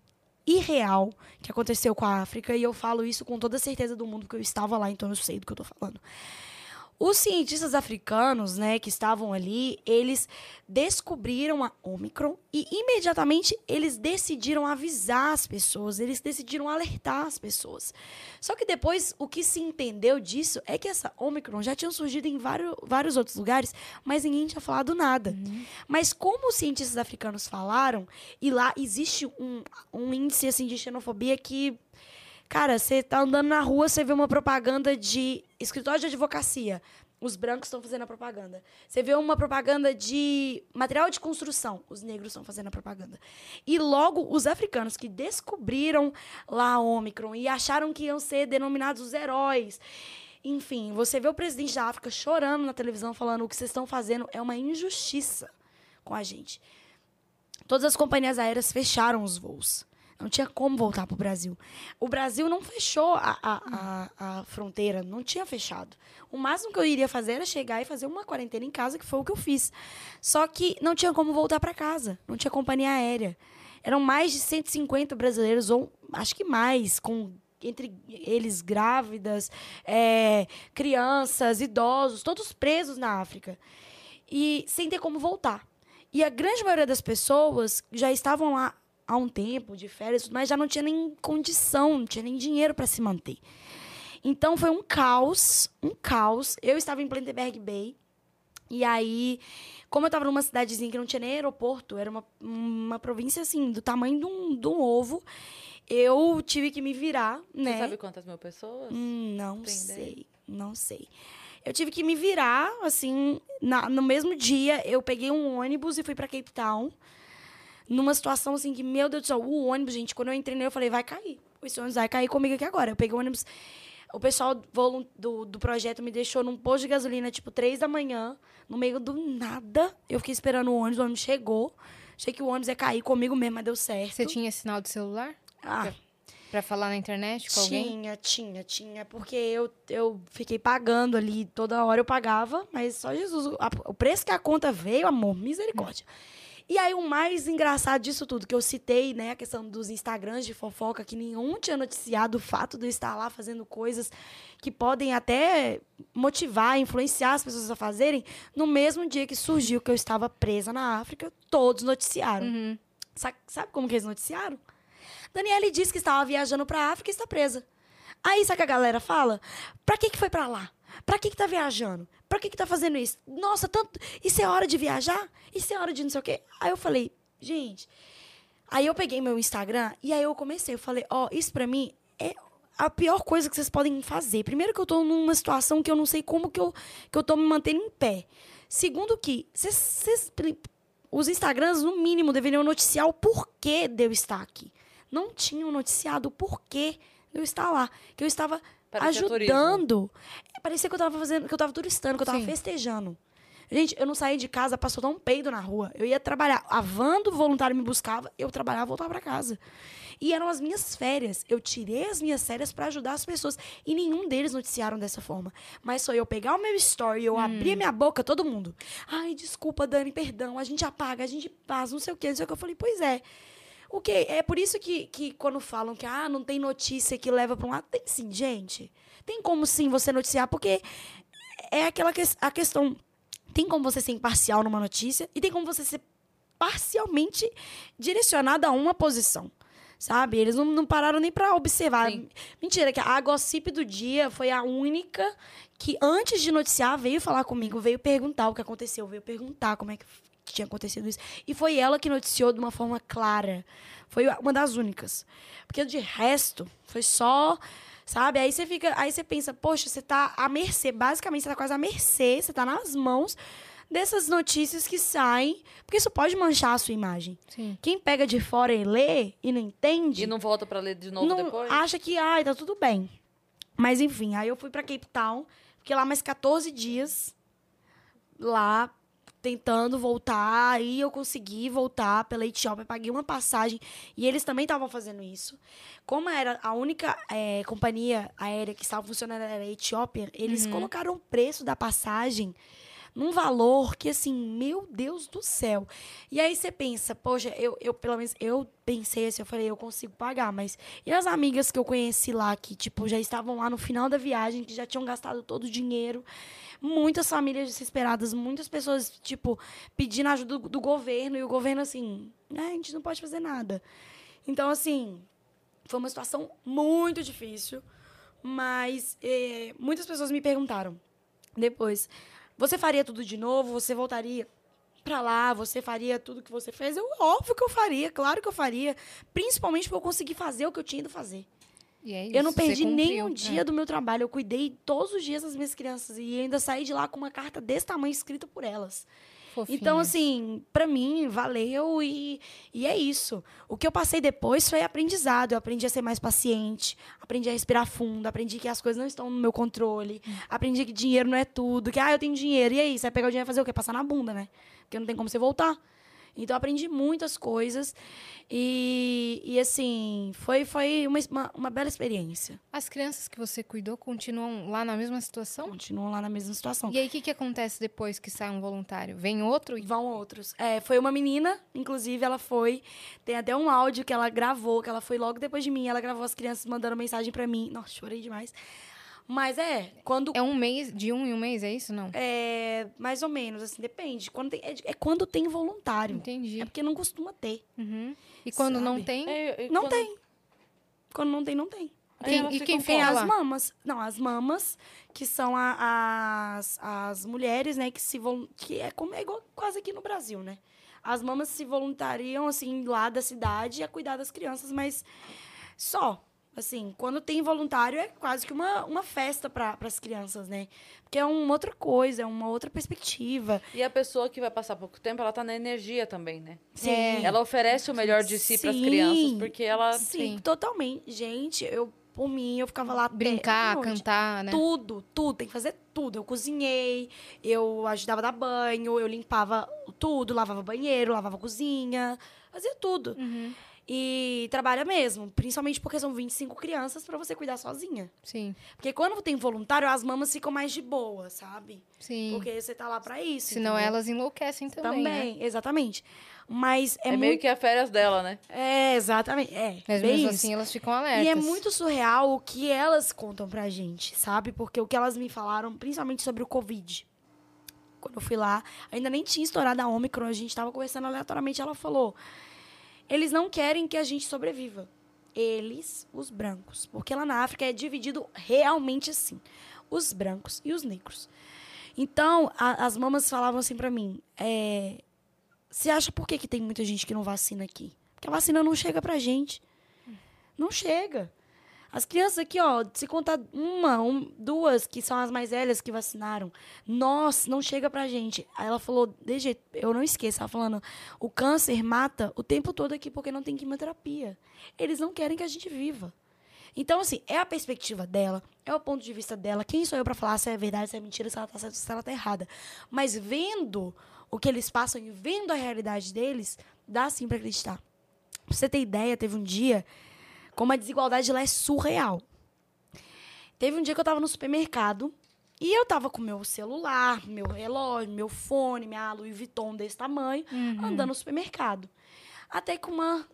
irreal que aconteceu com a África, e eu falo isso com toda a certeza do mundo, porque eu estava lá, então eu sei do que eu tô falando. Os cientistas africanos, né, que estavam ali, eles descobriram a Omicron e, imediatamente, eles decidiram avisar as pessoas, eles decidiram alertar as pessoas. Só que depois, o que se entendeu disso é que essa Omicron já tinha surgido em vários outros lugares, mas ninguém tinha falado nada. Mas como os cientistas africanos falaram, e lá existe um índice assim, de xenofobia que... Cara, você tá andando na rua, você vê uma propaganda de escritório de advocacia. Os brancos estão fazendo a propaganda. Você vê uma propaganda de material de construção. Os negros estão fazendo a propaganda. E logo, os africanos que descobriram lá a Omicron e acharam que iam ser denominados os heróis. Enfim, você vê o presidente da África chorando na televisão, falando o que vocês estão fazendo é uma injustiça com a gente. Todas as companhias aéreas fecharam os voos. Não tinha como voltar para o Brasil. O Brasil não fechou a fronteira, não tinha fechado. O máximo que eu iria fazer era chegar e fazer uma quarentena em casa, que foi o que eu fiz. Só que não tinha como voltar para casa, não tinha companhia aérea. Eram mais de 150 brasileiros, ou acho que mais, entre eles grávidas, crianças, idosos, todos presos na África. E sem ter como voltar. E a grande maioria das pessoas já estavam lá há um tempo, de férias, mas já não tinha nem condição, não tinha nem dinheiro para se manter. Então, foi um caos. Eu estava em Plettenberg Bay, e aí, como eu estava numa cidadezinha que não tinha nem aeroporto, era uma província, assim, do tamanho de um ovo, eu tive que me virar, né? Você sabe quantas mil pessoas? Não sei. Eu tive que me virar, assim, no mesmo dia, eu peguei um ônibus e fui para Cape Town, numa situação assim que, meu Deus do céu, o ônibus, gente, quando eu entrei nele, eu falei, vai cair. esse ônibus vai cair comigo aqui agora. Eu peguei o ônibus... O pessoal do projeto me deixou num posto de gasolina, tipo, 3 da manhã, no meio do nada. Eu fiquei esperando o ônibus chegou. Achei que o ônibus ia cair comigo mesmo, mas deu certo. Você tinha sinal de celular? Ah, pra falar na internet com alguém? Tinha. Porque eu fiquei pagando ali, toda hora eu pagava, mas só Jesus. O preço que a conta veio, amor, misericórdia. E aí, o mais engraçado disso tudo, que eu citei, né, a questão dos Instagrams de fofoca, que nenhum tinha noticiado o fato de eu estar lá fazendo coisas que podem até motivar, influenciar as pessoas a fazerem, no mesmo dia que surgiu que eu estava presa na África, todos noticiaram. Uhum. Sabe como que eles noticiaram? Daniele disse que estava viajando para a África e está presa. Aí, sabe o que a galera fala? Pra que foi pra lá? Pra que tá viajando? Pra que tá fazendo isso? Nossa, tanto... Isso é hora de viajar? Isso é hora de não sei o quê? Aí eu falei, gente... Aí eu peguei meu Instagram e aí eu comecei. Eu falei, isso pra mim é a pior coisa que vocês podem fazer. Primeiro que eu tô numa situação que eu não sei como que eu tô me mantendo em pé. Segundo que os Instagrams, no mínimo, deveriam noticiar o porquê de eu estar aqui. Não tinham noticiado o porquê de eu estar lá. Que eu estava... Parecia ajudando. Parecia que eu tava fazendo, que eu tava turistando, que eu tava Sim. festejando. Gente, eu não saí de casa pra soltar um peido na rua. Eu ia trabalhar. A van do voluntário me buscava, eu trabalhava e voltava pra casa. E eram as minhas férias. Eu tirei as minhas férias pra ajudar as pessoas. E nenhum deles noticiaram dessa forma. Mas só eu pegar o meu story, eu abrir a minha boca, todo mundo. Ai, desculpa, Dani, perdão. A gente apaga, a gente faz, não sei o quê, não sei o que. Eu falei, pois é. O quê? É por isso que quando falam que não tem notícia que leva para um lado, tem sim, gente. Tem como sim você noticiar, porque é a questão. Tem como você ser imparcial numa notícia e tem como você ser parcialmente direcionado a uma posição. Sabe? Eles não pararam nem para observar. Sim. Mentira, que a gossip do dia foi a única que, antes de noticiar, veio falar comigo, veio perguntar o que aconteceu, veio perguntar como é que tinha acontecido isso. E foi ela que noticiou de uma forma clara. Foi uma das únicas. Porque de resto, foi só... Sabe? Aí você pensa, poxa, você tá à mercê. Basicamente, você tá quase à mercê. Você tá nas mãos dessas notícias que saem. Porque isso pode manchar a sua imagem. Sim. Quem pega de fora e lê e não entende... E não volta pra ler de novo depois? Acha que, tá tudo bem. Mas, enfim, aí eu fui pra Cape Town. Fiquei lá mais 14 dias. Lá... tentando voltar, aí eu consegui voltar pela Etiópia, paguei uma passagem, e eles também estavam fazendo isso. Como era a única companhia aérea que estava funcionando era a Etiópia, eles colocaram o preço da passagem num valor que, assim, meu Deus do céu. E aí você pensa, poxa, eu pelo menos, eu pensei assim, eu falei, eu consigo pagar, mas... E as amigas que eu conheci lá, que, tipo, já estavam lá no final da viagem, que já tinham gastado todo o dinheiro... Muitas famílias desesperadas, muitas pessoas, tipo, pedindo ajuda do governo. E o governo, assim, a gente não pode fazer nada. Então, assim, foi uma situação muito difícil. Mas muitas pessoas me perguntaram depois, você faria tudo de novo? Você voltaria pra lá? Você faria tudo que você fez? Óbvio que eu faria, claro que eu faria. Principalmente porque eu consegui fazer o que eu tinha ido fazer. E é isso, eu não perdi cumpriu, nem um dia do meu trabalho. Eu cuidei todos os dias das minhas crianças. E ainda saí de lá com uma carta desse tamanho escrita por elas. Fofinhas. Então, assim, pra mim, valeu e é isso. O que eu passei depois foi aprendizado. Eu aprendi a ser mais paciente, aprendi a respirar fundo, aprendi que as coisas não estão no meu controle, aprendi que dinheiro não é tudo, que, eu tenho dinheiro. E aí, você vai pegar o dinheiro e fazer o quê? Passar na bunda, né? Porque não tem como você voltar. Então, eu aprendi muitas coisas e assim, foi uma bela experiência. As crianças que você cuidou continuam lá na mesma situação? Continuam lá na mesma situação. E aí, o que acontece depois que sai um voluntário? Vem outro? Vão outros. Foi uma menina, inclusive, ela foi... Tem até um áudio que ela gravou, que ela foi logo depois de mim. Ela gravou as crianças mandando mensagem pra mim. Nossa, chorei demais. Mas quando... É um mês, de um em um mês, é isso, não? Mais ou menos, assim, depende. Quando tem voluntário. Entendi. É porque não costuma ter. Uhum. E quando Sabe? não tem? Não tem. Quando não tem, não tem. E quem Tem fica as lá? mamas. Não, as mamas, que são as mulheres, né, que é igual quase aqui no Brasil, né? As mamas se voluntariam, assim, lá da cidade a cuidar das crianças, mas só. Assim, quando tem voluntário, é quase que uma festa para as crianças, né? Porque é uma outra coisa, é uma outra perspectiva. E a pessoa que vai passar pouco tempo, ela tá na energia também, né? Sim. Ela oferece o melhor de si para as crianças, porque ela... Sim, totalmente. Gente, por mim, eu ficava lá... Brincar, cantar, né? Tudo, tem que fazer tudo. Eu cozinhei, eu ajudava a dar banho, eu limpava tudo, lavava banheiro, lavava a cozinha, fazia tudo. E trabalha mesmo, principalmente porque são 25 crianças pra você cuidar sozinha. Sim. Porque quando tem voluntário, as mamas ficam mais de boa, sabe? Sim. Porque você tá lá pra isso. Senão entendeu? elas enlouquecem também, né? Exatamente. Mas É meio que a férias dela, né? É, exatamente. Mas bem mesmo isso. assim, elas ficam alertas. E é muito surreal o que elas contam pra gente, sabe? Porque o que elas me falaram, principalmente sobre o Covid. Quando eu fui lá, ainda nem tinha estourado a Ômicron, a gente tava conversando aleatoriamente, ela falou... Eles não querem que a gente sobreviva. Eles, os brancos. Porque lá na África é dividido realmente assim. Os brancos e os negros. Então, as mamas falavam assim pra mim. Você acha por que tem muita gente que não vacina aqui? Porque a vacina não chega pra gente. Não chega. As crianças aqui, ó, se contar duas, que são as mais velhas que vacinaram, não chega pra gente. Aí ela falou, de jeito, eu não esqueço, ela falando, o câncer mata o tempo todo aqui porque não tem quimioterapia. Eles não querem que a gente viva. Então, assim, é a perspectiva dela, é o ponto de vista dela. Quem sou eu pra falar se é verdade, se é mentira, se ela tá certa, se ela tá errada. Mas vendo o que eles passam e vendo a realidade deles, dá sim pra acreditar. Pra você ter ideia, teve um dia... Como a desigualdade lá é surreal. Teve um dia que eu tava no supermercado e eu tava com meu celular, meu relógio, meu fone, minha Louis Vuitton desse tamanho, andando no supermercado. Até que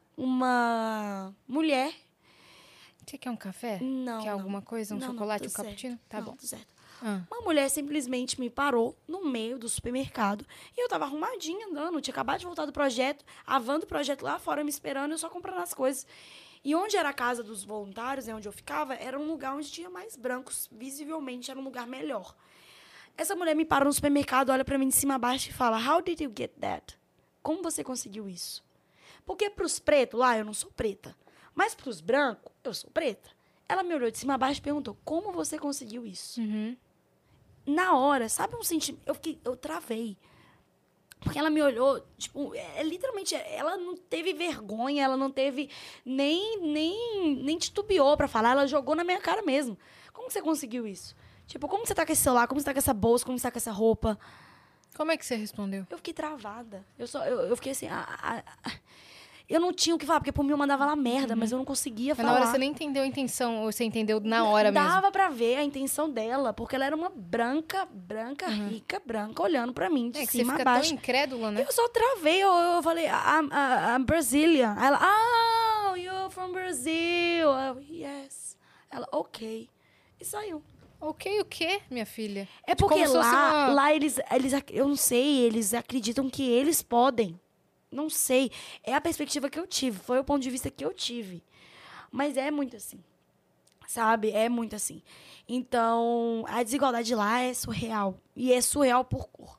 uma mulher... Você quer um café? Não. Quer alguma coisa? Um chocolate, um certo. cappuccino? Tá Não, bom. tudo certo. Ah. Uma mulher simplesmente me parou no meio do supermercado e eu tava arrumadinha andando. Eu tinha acabado de voltar do projeto, a van do projeto lá fora me esperando, eu só comprando as coisas. E onde era a casa dos voluntários, né, onde eu ficava, era um lugar onde tinha mais brancos. Visivelmente era um lugar melhor. Essa mulher me para no supermercado, olha pra mim de cima a baixo e fala, How did you get that? Como você conseguiu isso? Porque pros pretos lá, eu não sou preta. Mas pros brancos, eu sou preta. Ela me olhou de cima a baixo e perguntou, como você conseguiu isso? Na hora, sabe um sentimento? Eu travei. Porque ela me olhou, tipo, literalmente, ela não teve vergonha, ela não teve nem titubeou pra falar, ela jogou na minha cara mesmo. Como você conseguiu isso? Tipo, como você tá com esse celular, como você tá com essa bolsa, como você tá com essa roupa? Como é que você respondeu? Eu fiquei travada. Eu fiquei assim, eu não tinha o que falar, porque por mim eu mandava lá merda, mas eu não conseguia falar. Mas na hora você nem entendeu a intenção, ou você entendeu na hora mesmo? Dava pra ver a intenção dela, porque ela era uma branca, rica, branca, olhando pra mim de É que cima você a fica baixo. tão incrédula, né? Eu só travei, eu falei, I'm Brazilian. Ela, you're from Brazil. Yes. Ela, ok. E saiu. Ok, o quê, minha filha? É porque Como se fosse lá eles, eu não sei, eles acreditam que eles podem. Não sei. É a perspectiva que eu tive. Foi o ponto de vista que eu tive. Mas é muito assim. Sabe? É muito assim. Então, a desigualdade lá é surreal. E é surreal por cor.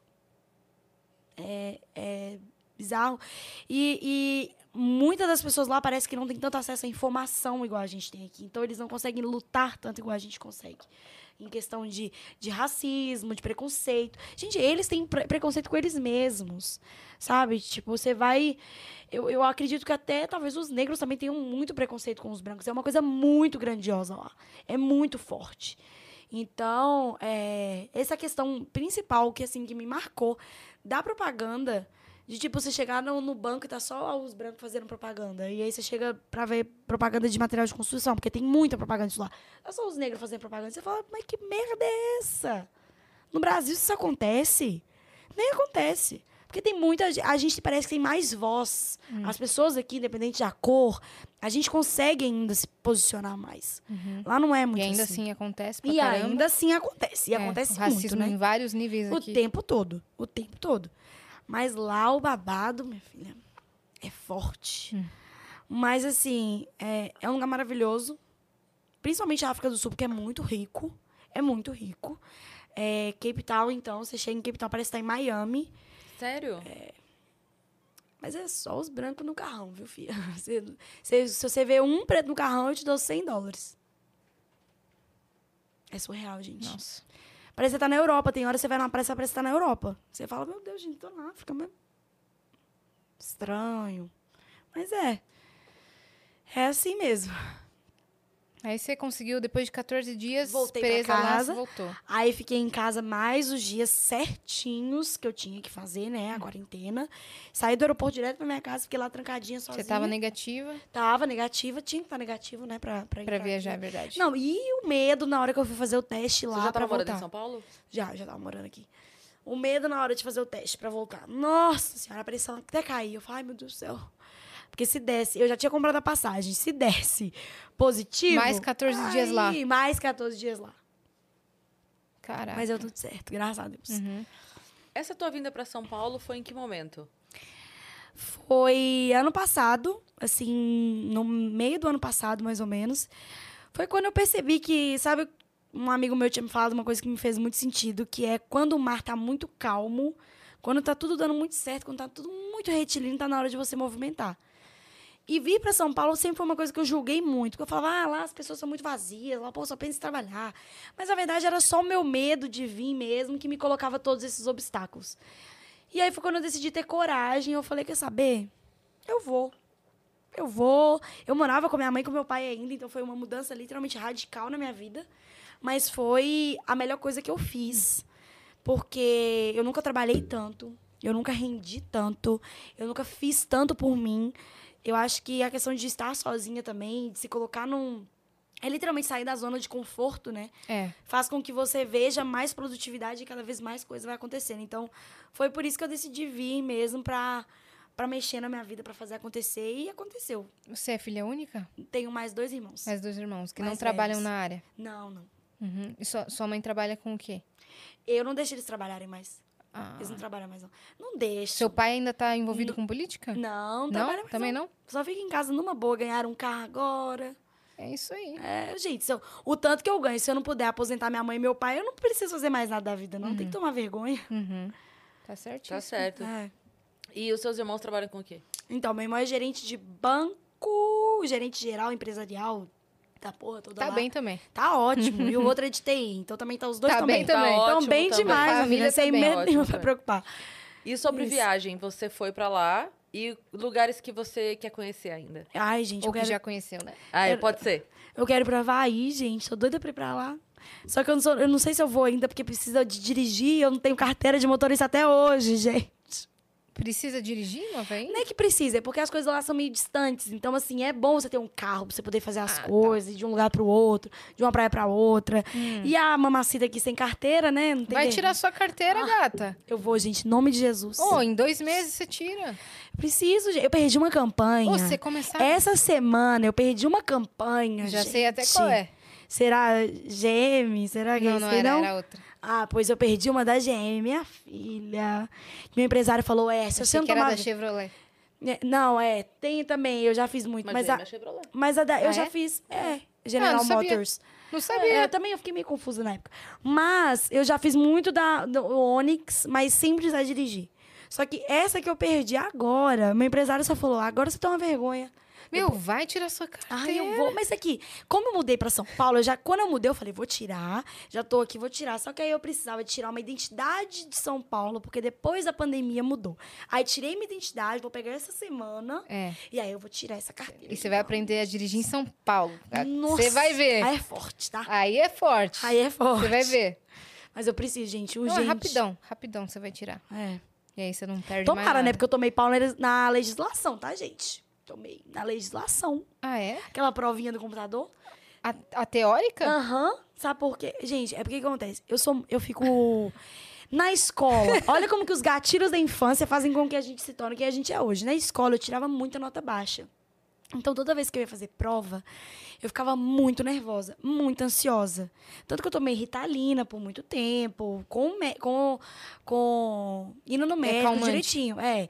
É bizarro. E muitas das pessoas lá parece que não tem tanto acesso à informação igual a gente tem aqui. Então, eles não conseguem lutar tanto igual a gente consegue. Em questão de racismo, de preconceito. Gente, eles têm preconceito com eles mesmos, sabe? Tipo, você vai... Eu acredito que até, talvez, os negros também tenham muito preconceito com os brancos. É uma coisa muito grandiosa lá. É muito forte. Então, essa questão principal que, assim, que me marcou da propaganda... De, tipo, você chegar no banco e tá só os brancos fazendo propaganda. E aí você chega pra ver propaganda de material de construção, porque tem muita propaganda disso lá. É só os negros fazendo propaganda. Você fala, mas que merda é essa? No Brasil isso acontece? Nem acontece. Porque tem muita... A gente parece que tem mais voz. As pessoas aqui, independente da cor, a gente consegue ainda se posicionar mais. Lá não é muito assim. E ainda assim acontece pra E caramba. ainda assim acontece. E acontece o racismo muito, né? em vários níveis aqui. O tempo todo. Mas lá o babado, minha filha, é forte. Mas, assim, é um lugar maravilhoso. Principalmente a África do Sul, porque é muito rico. É muito rico. Cape Town, então, você chega em Cape Town, parece estar em Miami. Sério? Mas é só os brancos no carrão, viu, filha? Se você vê um preto no carrão, eu te dou $100. É surreal, gente. Nossa. Parece que você tá na Europa. Tem hora que você vai numa praia, parece que você tá na Europa. Você fala, meu Deus, gente, tô na África mesmo. Estranho. Mas é assim mesmo. Aí você conseguiu, depois de 14 dias, Voltei presa pra casa. lá, você voltou. Aí fiquei em casa mais os dias certinhos que eu tinha que fazer, né? A quarentena. Saí do aeroporto direto pra minha casa, fiquei lá trancadinha sozinha. Você tava negativa Tava negativa, tinha que estar negativo, né? Pra viajar, é verdade. Não, e o medo na hora que eu fui fazer o teste lá Você já pra tava morando voltar. em São Paulo? Já tava morando aqui. O medo na hora de fazer o teste pra voltar. Nossa senhora, a pressão até caiu. Eu falei, ai, meu Deus do céu. Porque se desse, eu já tinha comprado a passagem, se desse positivo... Mais 14 dias lá. Mais 14 dias lá. Caraca. Mas deu tudo certo, graças a Deus. Essa tua vinda pra São Paulo foi em que momento? Foi ano passado, assim, no meio do ano passado, mais ou menos. Foi quando eu percebi que, sabe, um amigo meu tinha me falado uma coisa que me fez muito sentido, que é quando o mar tá muito calmo, quando tá tudo dando muito certo, quando tá tudo muito retilíneo, tá na hora de você movimentar. E vir para São Paulo sempre foi uma coisa que eu julguei muito. Porque eu falava, lá as pessoas são muito vazias, lá só pensa em trabalhar. Mas, na verdade, era só o meu medo de vir mesmo que me colocava todos esses obstáculos. E aí foi quando eu decidi ter coragem. Eu falei, quer saber? Eu vou. Eu morava com minha mãe e com meu pai ainda, então foi uma mudança literalmente radical na minha vida. Mas foi a melhor coisa que eu fiz. Porque eu nunca trabalhei tanto, eu nunca rendi tanto, eu nunca fiz tanto por mim. Eu acho que a questão de estar sozinha também, de se colocar num... É literalmente sair da zona de conforto, né? É. Faz com que você veja mais produtividade e cada vez mais coisa vai acontecendo. Então, foi por isso que eu decidi vir mesmo pra mexer na minha vida, pra fazer acontecer. E aconteceu. Você é filha única? Tenho mais 2 irmãos. Mais 2 irmãos, que Mais não trabalham velhos. na área. Não. Uhum. E sua mãe trabalha com o quê? Eu não deixo eles trabalharem mais. Ah. Eles não trabalham mais, não. Não deixo. Seu pai ainda tá envolvido com política? Não trabalha mais. Também não? Só fica em casa numa boa, ganhar um carro agora. É isso aí. É, gente, o tanto que eu ganho, se eu não puder aposentar minha mãe e meu pai, eu não preciso fazer mais nada da vida, não. Tem que tomar vergonha. Uhum. Tá certinho. Tá certo. É. E os seus irmãos trabalham com o quê? Então, meu irmão é gerente de banco, gerente geral, empresarial, da porra toda Tá lá. bem também. Tá ótimo. E o outro é de TI, então também tá os dois Tá também. bem também. Tá Tão ótimo bem também. demais, Família família, sem também. medo Ótimo nenhum também. pra preocupar. E sobre Isso. viagem, você foi pra lá e lugares que você quer conhecer ainda? Ai, gente, Ou eu que quero... já conheceu, né? Pode ser. Eu quero ir pra Havaí, gente. Tô doida pra ir pra lá. Só que eu não sei se eu vou ainda, porque precisa de dirigir. Eu não tenho carteira de motorista até hoje, gente. Precisa dirigir uma vez? Não é que precisa, é porque as coisas lá são meio distantes. Então, assim, é bom você ter um carro pra você poder fazer as coisas, de um lugar pro outro, de uma praia pra outra. E a mamacita aqui sem carteira, né? Não tem Vai jeito. tirar sua carteira, gata. Eu vou, gente, em nome de Jesus. Ô, em 2 meses você tira. Preciso, gente. Eu perdi uma campanha. Ô, você começar... Essa semana eu perdi uma campanha, Já gente. sei até qual é. Será GM? Será que Não, é não isso aí, era, não? era outra. Ah, pois eu perdi uma da GM, minha filha. Meu empresário falou, se você Achei não que era tomar... da Chevrolet. Não, tem também, eu já fiz muito. Mas Mas, é Chevrolet. mas a da, eu Ah, já é? fiz, General não sabia. Motors. Não sabia. Eu também eu fiquei meio confusa na época. Mas eu já fiz muito do Onix, mas sem precisar dirigir. Só que essa que eu perdi agora, meu empresário só falou, agora você toma vergonha. Meu, vai tirar sua carteira. Ai, eu vou. Mas aqui, como eu mudei pra São Paulo, quando eu mudei, eu falei, vou tirar. Já tô aqui, vou tirar. Só que aí eu precisava tirar uma identidade de São Paulo, porque depois da pandemia mudou. Aí tirei minha identidade, vou pegar essa semana. É. E aí eu vou tirar essa carteira. E você vai aprender a dirigir em São Paulo. Nossa, Você vai ver. Aí é forte, tá? Aí é forte. Aí é forte. Você vai ver. Mas eu preciso, gente, Não, urgente. rapidão você vai tirar. É. E aí você não perde mais Tomara, nada. né? Porque eu tomei pau na legislação, tá, gente? Tomei na legislação. Ah, é? Aquela provinha do computador. A teórica? Aham. Sabe por quê? Gente, é porque que acontece? Eu fico na escola. Olha como que os gatilhos da infância fazem com que a gente se torne quem a gente é hoje. Na escola, eu tirava muita nota baixa. Então, toda vez que eu ia fazer prova, eu ficava muito nervosa, muito ansiosa. Tanto que eu tomei Ritalina por muito tempo, indo no médico calmante. direitinho.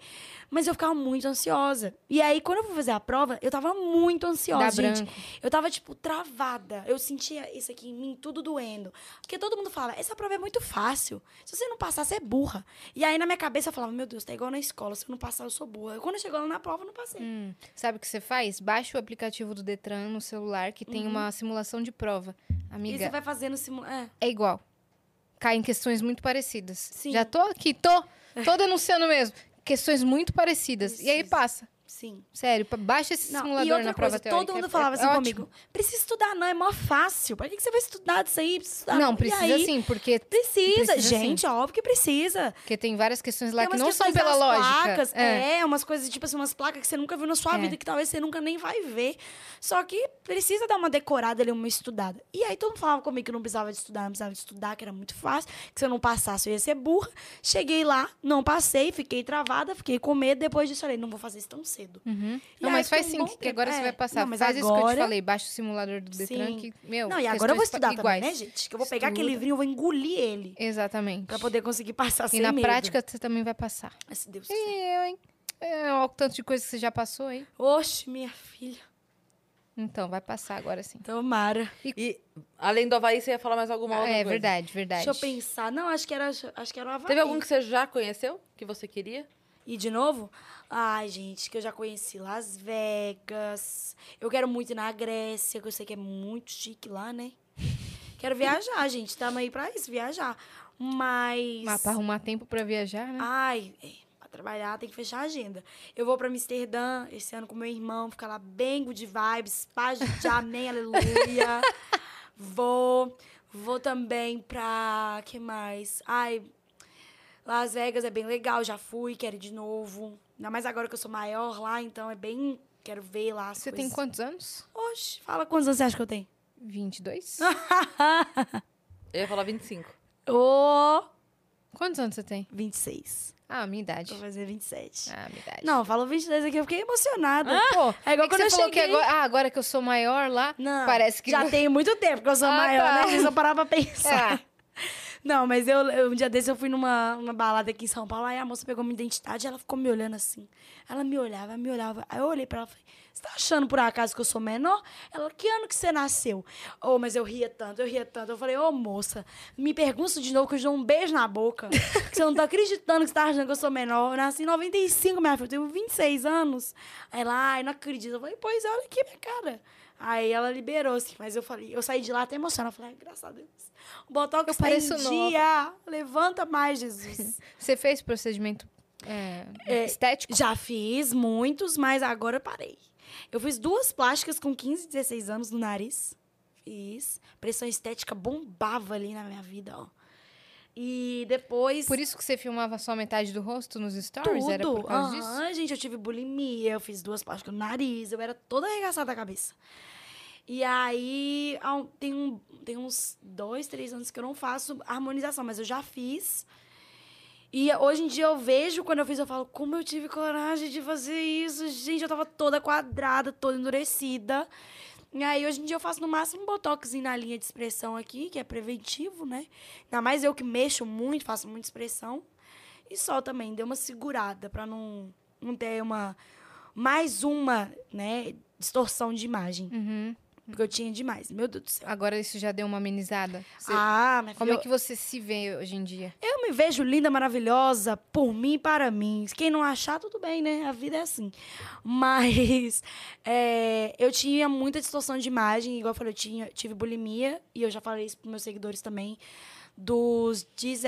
Mas eu ficava muito ansiosa. E aí, quando eu fui fazer a prova, eu tava muito ansiosa, Dá gente. branco. Eu tava, tipo, travada. Eu sentia isso aqui em mim, tudo doendo. Porque todo mundo fala, essa prova é muito fácil. Se você não passar, você é burra. E aí, na minha cabeça, eu falava, meu Deus, tá igual na escola. Se eu não passar, eu sou burra. E quando chegou lá na prova, eu não passei. Sabe o que você faz? Baixa o aplicativo do Detran no celular, que tem uma simulação de prova. E Amiga, você vai fazendo simulação. é igual. Caem questões muito parecidas. Sim. Já tô aqui, tô denunciando mesmo. Questões muito parecidas. E aí passa. Sim. Sério, baixa esse Não, simulador e outra na prova coisa, teórica. todo mundo falava assim ótimo. comigo, precisa estudar não, é mó fácil. Pra que você vai estudar disso aí? Precisa estudar. Não, E precisa aí, sim, porque... Precisa, sim. gente, óbvio que precisa. Porque tem várias questões lá Tem que umas não são questões pela das lógica. placas, umas coisas, tipo assim, umas placas que você nunca viu na sua vida, que talvez você nunca nem vai ver. Só que precisa dar uma decorada ali, uma estudada. E aí todo mundo falava comigo que não precisava de estudar, que era muito fácil, que se eu não passasse eu ia ser burra. Cheguei lá, não passei, fiquei travada, fiquei com medo. Depois disso, falei, não vou fazer isso tão cedo. E Não, aí mas faz foi sim, um bom que agora tempo. você vai passar. Não, mas Faz isso que eu te agora- falei, baixa o simulador do Detran, Sim. que, meu, Não, e agora eu vou questões estudar também, iguais. né, gente? Que eu vou pegar Estuda. aquele livrinho, eu vou engolir ele. Exatamente. Pra poder conseguir passar E sem na medo. prática você também vai passar. Mas se Deus E quiser. eu, hein? Olha o tanto de coisa que você já passou, hein? Oxe, minha filha. Então, vai passar agora sim. Tomara. E, além do Havaí, você ia falar mais alguma outra coisa? Verdade. Deixa eu pensar. Não, acho que era o Havaí. Teve algum que você já conheceu, que você queria? E de novo? Ai, gente, que eu já conheci Las Vegas. Eu quero muito ir na Grécia, que eu sei que é muito chique lá, né? Quero viajar, gente. Tamo aí pra isso, viajar. Mas Pra arrumar tempo pra viajar, né? ai, pra trabalhar tem que fechar a agenda. Eu vou pra Amsterdã esse ano com meu irmão, ficar lá bem good vibes, paz de amém, aleluia. Vou também pra... que mais? Ai, Las Vegas é bem legal, já fui, quero ir de novo. Ainda mais agora que eu sou maior lá, então é bem... Quero ver lá as Você coisas. tem quantos anos? Oxe, fala quantos anos você acha que eu tenho? 22? Eu ia falar 25. Ô, Quantos anos você tem? 26. Ah, minha idade. Vou fazer 27. Ah, minha idade. Não, falou 22 aqui, eu fiquei emocionada. Pô, É igual que quando você eu falou que cheguei. agora que eu sou maior lá, Não, parece que... já tem muito tempo que eu sou maior, tá. né? Se eu parar pra pensar. Ah. Não, mas um dia desse eu fui numa balada aqui em São Paulo, aí a moça pegou minha identidade e ela ficou me olhando assim. Ela me olhava. Aí eu olhei pra ela e falei, você tá achando por acaso que eu sou menor? Ela, que ano que você nasceu? Oh, mas eu ria tanto. Eu falei, moça, me pergunta de novo que eu te dou um beijo na boca. Que você não tá acreditando que você tá achando que eu sou menor. Eu nasci em 95, minha filha, eu tenho 26 anos. Aí ela, ai, não acredito. Eu falei, pois é, olha aqui minha cara. Aí ela liberou, assim, mas eu saí de lá até emocionada. Eu falei, ai, graças a Deus. O Botox tá em dia. Levanta mais, Jesus. Você fez procedimento estético? Já fiz muitos, mas agora eu parei. Eu fiz 2 plásticas com 15, 16 anos no nariz. Fiz. Pressão estética bombava ali na minha vida, ó. E depois... Por isso que você filmava só metade do rosto nos stories? Tudo. Era por causa disso? Gente, eu tive bulimia, eu fiz 2 plásticas no nariz, eu era toda arregaçada da cabeça. E aí, tem uns 2, 3 anos que eu não faço harmonização, mas eu já fiz. E hoje em dia eu vejo, quando eu fiz, eu falo, como eu tive coragem de fazer isso? Gente, eu tava toda quadrada, toda endurecida. E aí, hoje em dia, eu faço no máximo um botoxinho na linha de expressão aqui, que é preventivo, né? Ainda mais eu que mexo muito, faço muita expressão. E só também, deu uma segurada pra não ter mais uma, né, distorção de imagem. Porque eu tinha demais, meu Deus do céu. Agora isso já deu uma amenizada? Minha Como filha, é que você se vê hoje em dia? eu me vejo linda, maravilhosa, por mim e para mim. Quem não achar, tudo bem, né? A vida é assim. Mas eu tinha muita distorção de imagem. Igual eu falei, eu tive bulimia. E eu já falei isso para meus seguidores também. Dos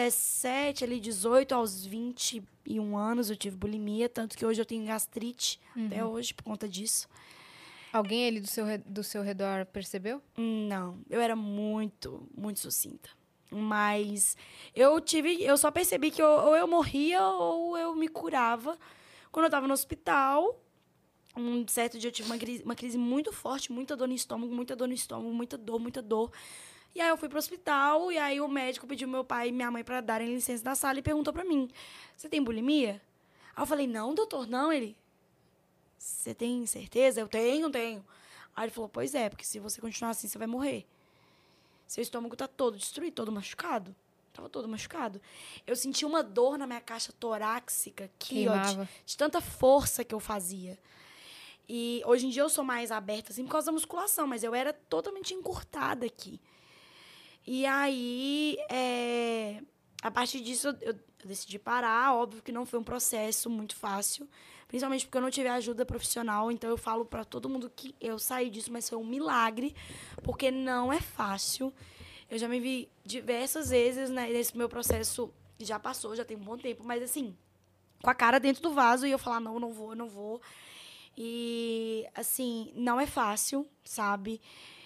17, ali, 18 aos 21 anos, eu tive bulimia. Tanto que hoje eu tenho gastrite, até hoje, por conta disso. Alguém ali do seu redor percebeu? Não, eu era muito, muito sucinta. Mas eu só percebi que ou eu morria ou eu me curava. Quando eu tava no hospital, um certo dia eu tive uma crise muito forte, muita dor no estômago, muita dor. E aí eu fui pro hospital, e aí o médico pediu meu pai e minha mãe pra darem licença da sala e perguntou pra mim, você tem bulimia? Aí eu falei, não, doutor, não. Ele, você tem certeza? Eu tenho. Aí ele falou, pois é, porque se você continuar assim, você vai morrer. Seu estômago tá todo destruído, todo machucado. Tava todo machucado. Eu senti uma dor na minha caixa torácica que, de tanta força que eu fazia. E hoje em dia eu sou mais aberta, assim, por causa da musculação, mas eu era totalmente encurtada aqui. E aí, a partir disso, eu decidi parar. Óbvio que não foi um processo muito fácil, principalmente porque eu não tive ajuda profissional. Então, eu falo para todo mundo que eu saí disso, mas foi um milagre, porque não é fácil. Eu já me vi diversas vezes, né, nesse meu processo, já passou, já tem um bom tempo, mas assim, com a cara dentro do vaso, e eu falar, não vou. E, assim, não é fácil, sabe?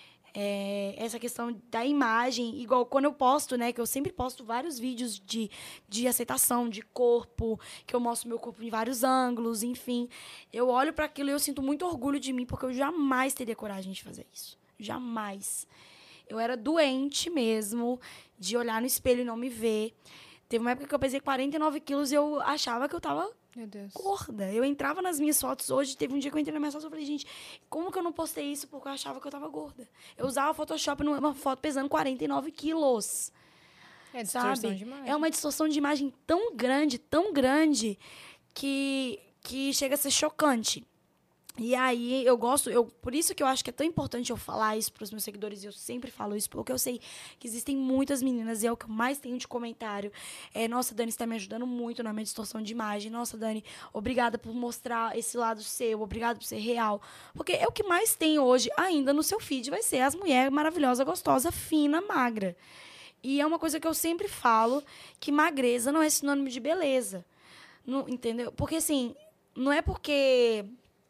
Essa questão da imagem, igual quando eu posto, né? Que eu sempre posto vários vídeos de aceitação, de corpo, que eu mostro meu corpo em vários ângulos, enfim. Eu olho para aquilo e eu sinto muito orgulho de mim, porque eu jamais teria coragem de fazer isso. Jamais. Eu era doente mesmo, de olhar no espelho e não me ver. Teve uma época que eu pesei 49 quilos e eu achava que eu tava gorda. Eu entrava nas minhas fotos hoje, teve um dia que eu entrei nas minhas fotos e eu falei, gente, como que eu não postei isso porque eu achava que eu tava gorda? Eu usava o Photoshop numa foto pesando 49 quilos. É distorção de imagem. É uma distorção de imagem tão grande, que chega a ser chocante. E aí, por isso que eu acho que é tão importante eu falar isso para os meus seguidores, e eu sempre falo isso, porque eu sei que existem muitas meninas, e é o que eu mais tenho de comentário. Nossa, Dani, você está me ajudando muito na minha distorção de imagem. Nossa, Dani, obrigada por mostrar esse lado seu, obrigada por ser real. Porque é o que mais tem hoje, ainda no seu feed, vai ser as mulheres maravilhosas, gostosas, fina, magra. E é uma coisa que eu sempre falo, que magreza não é sinônimo de beleza. Não, entendeu? Porque, assim, não é porque...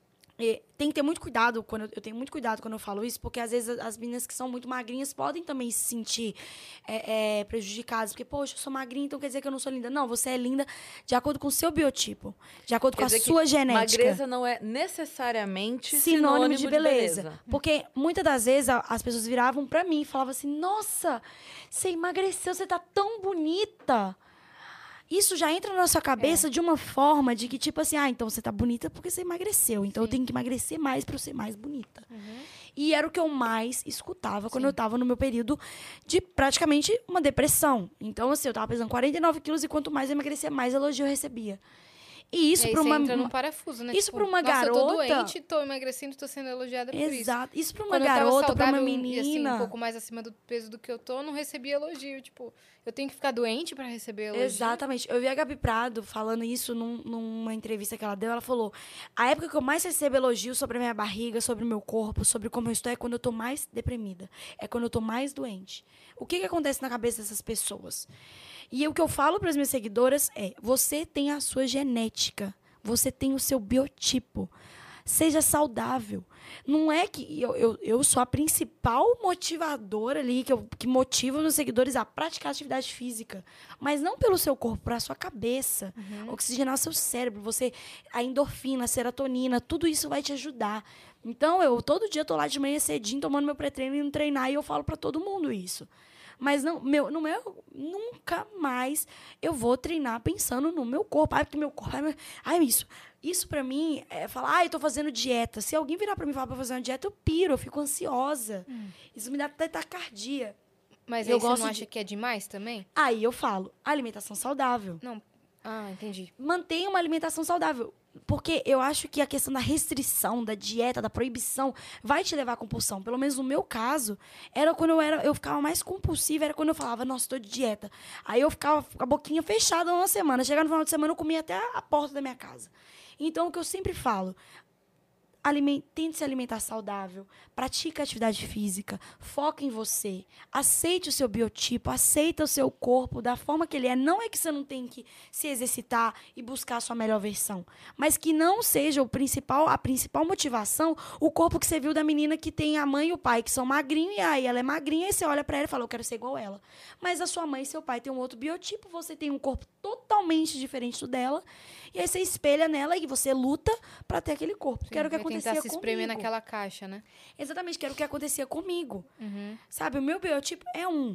tem que ter muito cuidado, eu tenho muito cuidado quando eu falo isso, porque às vezes as meninas que são muito magrinhas podem também se sentir prejudicadas, porque, poxa, eu sou magrinha, então quer dizer que eu não sou linda. Não, você é linda de acordo com o seu biotipo, de acordo com a sua genética. Magreza não é necessariamente sinônimo de beleza. Porque muitas das vezes as pessoas viravam pra mim e falavam assim, nossa, você emagreceu, você tá tão bonita. Isso já entra na nossa cabeça de uma forma de que, tipo assim, então você tá bonita porque você emagreceu. Então eu tenho que emagrecer mais pra eu ser mais bonita. E era o que eu mais escutava quando eu tava no meu período de praticamente uma depressão. Então, assim, eu tava pesando 49 quilos e quanto mais eu emagrecia, mais elogio eu recebia. E isso para uma... entra num parafuso, né? Isso tipo, para uma garota... eu tô doente, tô emagrecendo, tô sendo elogiada por isso. Exato. Isso para uma garota, para uma menina... E, assim, um pouco mais acima do peso do que eu tô, não recebia elogio. Tipo, eu tenho que ficar doente para receber elogio. Exatamente. Eu vi a Gabi Prado falando isso numa entrevista que ela deu. Ela falou, a época que eu mais recebo elogio sobre a minha barriga, sobre o meu corpo, sobre como eu estou, é quando eu tô mais deprimida. É quando eu tô mais doente. O que acontece na cabeça dessas pessoas? E o que eu falo para as minhas seguidoras é, você tem a sua genética. Você tem o seu biotipo. Seja saudável. Não é que eu sou a principal motivadora ali, que motiva os meus seguidores a praticar atividade física. Mas não pelo seu corpo, para a sua cabeça. Oxigenar o seu cérebro. A endorfina, a serotonina, tudo isso vai te ajudar. Então, eu todo dia tô lá de manhã cedinho, tomando meu pré-treino e indo treinar, e eu falo para todo mundo isso. Mas nunca mais eu vou treinar pensando no meu corpo. Porque meu corpo... Isso pra mim é falar, eu tô fazendo dieta. Se alguém virar pra mim e falar pra fazer uma dieta, eu piro, eu fico ansiosa. Isso me dá até taquicardia. Mas aí você não acha que é demais também? Aí eu falo, alimentação saudável. Não. Entendi. Mantenha uma alimentação saudável. Porque eu acho que a questão da restrição, da dieta, da proibição, vai te levar à compulsão. Pelo menos no meu caso, era quando eu ficava mais compulsiva, era quando eu falava, nossa, tô de dieta. Aí eu ficava com a boquinha fechada uma semana. Chegando no final de semana, eu comia até a porta da minha casa. Então, o que eu sempre falo, tente se alimentar saudável, pratique atividade física, foque em você, aceite o seu biotipo, aceita o seu corpo da forma que ele é. Não é que você não tem que se exercitar e buscar a sua melhor versão, mas que não seja a principal motivação o corpo que você viu da menina que tem a mãe e o pai que são magrinhos, e aí ela é magrinha, e você olha pra ela e fala, eu quero ser igual ela. Mas a sua mãe e seu pai têm um outro biotipo, você tem um corpo totalmente diferente do dela, e aí você espelha nela e você luta pra ter aquele corpo. Quero que acontecia tentar se espremer naquela caixa, né? Exatamente, que era o que acontecia comigo. Sabe, o meu biotipo é um.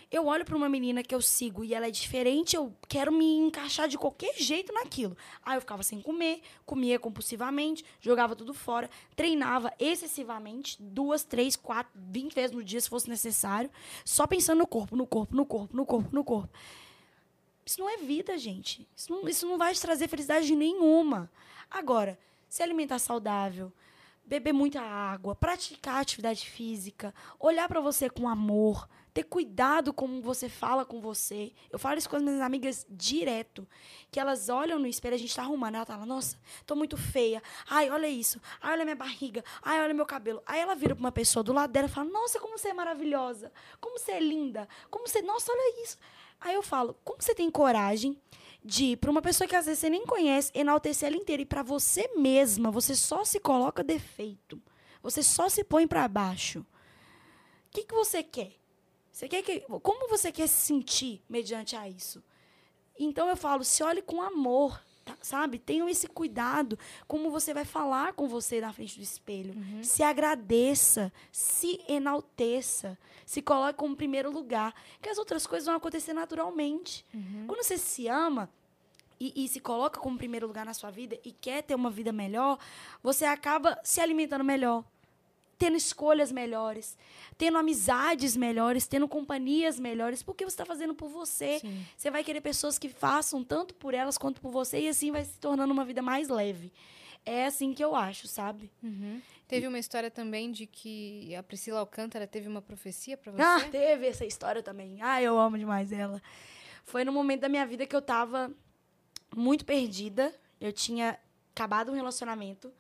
Eu olho pra uma menina que eu sigo e ela é diferente, eu quero me encaixar de qualquer jeito naquilo. Aí eu ficava sem comer, comia compulsivamente, jogava tudo fora, treinava excessivamente, 2, 3, 4, 20 vezes no dia, se fosse necessário, só pensando no corpo, no corpo, no corpo, no corpo, no corpo. Isso não é vida, gente. Isso não vai te trazer felicidade nenhuma. Agora, se alimentar saudável, beber muita água, praticar atividade física, olhar pra você com amor, ter cuidado como você fala com você. Eu falo isso com as minhas amigas direto, que elas olham no espelho, a gente tá arrumando, ela tá lá, nossa, tô muito feia. Ai, olha isso. Ai, olha minha barriga. Ai, olha meu cabelo. Aí ela vira pra uma pessoa do lado dela e fala, nossa, como você é maravilhosa. Como você é linda. Como você... Nossa, olha isso. Aí eu falo, como você tem coragem de ir pra uma pessoa que às vezes você nem conhece, enaltecer ela inteira, e pra você mesma, você só se coloca defeito. Você só se põe pra baixo. O que você quer? Como você quer se sentir mediante a isso? Então eu falo, se olhe com amor, tá, sabe? Tenham esse cuidado, como você vai falar com você na frente do espelho. Se agradeça, se enalteça, se coloque como primeiro lugar, que as outras coisas vão acontecer naturalmente. Quando você se ama e se coloca como primeiro lugar na sua vida e quer ter uma vida melhor, você acaba se alimentando melhor, tendo escolhas melhores, tendo amizades melhores, tendo companhias melhores, porque você está fazendo por você. Sim. Você vai querer pessoas que façam tanto por elas quanto por você, e assim vai se tornando uma vida mais leve. É assim que eu acho, sabe? Teve uma história também de que a Priscila Alcântara teve uma profecia pra você? Ah, teve essa história também. Ah, eu amo demais ela. Foi no momento da minha vida que eu tava muito perdida. Eu tinha acabado um relacionamento.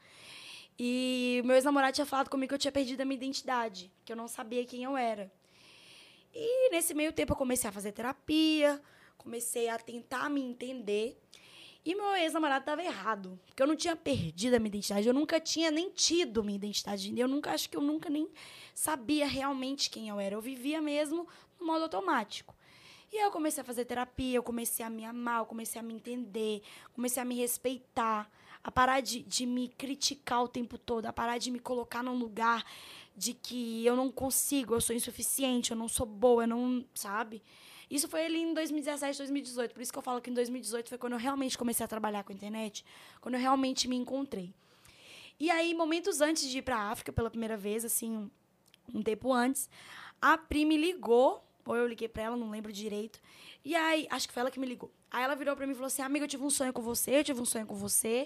E meu ex-namorado tinha falado comigo que eu tinha perdido a minha identidade, que eu não sabia quem eu era. E nesse meio tempo eu comecei a fazer terapia, comecei a tentar me entender. E meu ex-namorado estava errado, porque eu não tinha perdido a minha identidade, eu nunca tinha nem tido minha identidade. Acho que eu nunca nem sabia realmente quem eu era. Eu vivia mesmo no modo automático. E aí eu comecei a fazer terapia, eu comecei a me amar, eu comecei a me entender, comecei a me respeitar, a parar de me criticar o tempo todo, a parar de me colocar num lugar de que eu não consigo, eu sou insuficiente, eu não sou boa, eu não... Sabe? Isso foi ali em 2017, 2018. Por isso que eu falo que em 2018 foi quando eu realmente comecei a trabalhar com a internet, quando eu realmente me encontrei. E aí, momentos antes de ir pra África pela primeira vez, assim, um tempo antes, a Pri me ligou, ou eu liguei pra ela, não lembro direito. E aí, acho que foi ela que me ligou. Aí ela virou pra mim e falou assim, amiga, eu tive um sonho com você.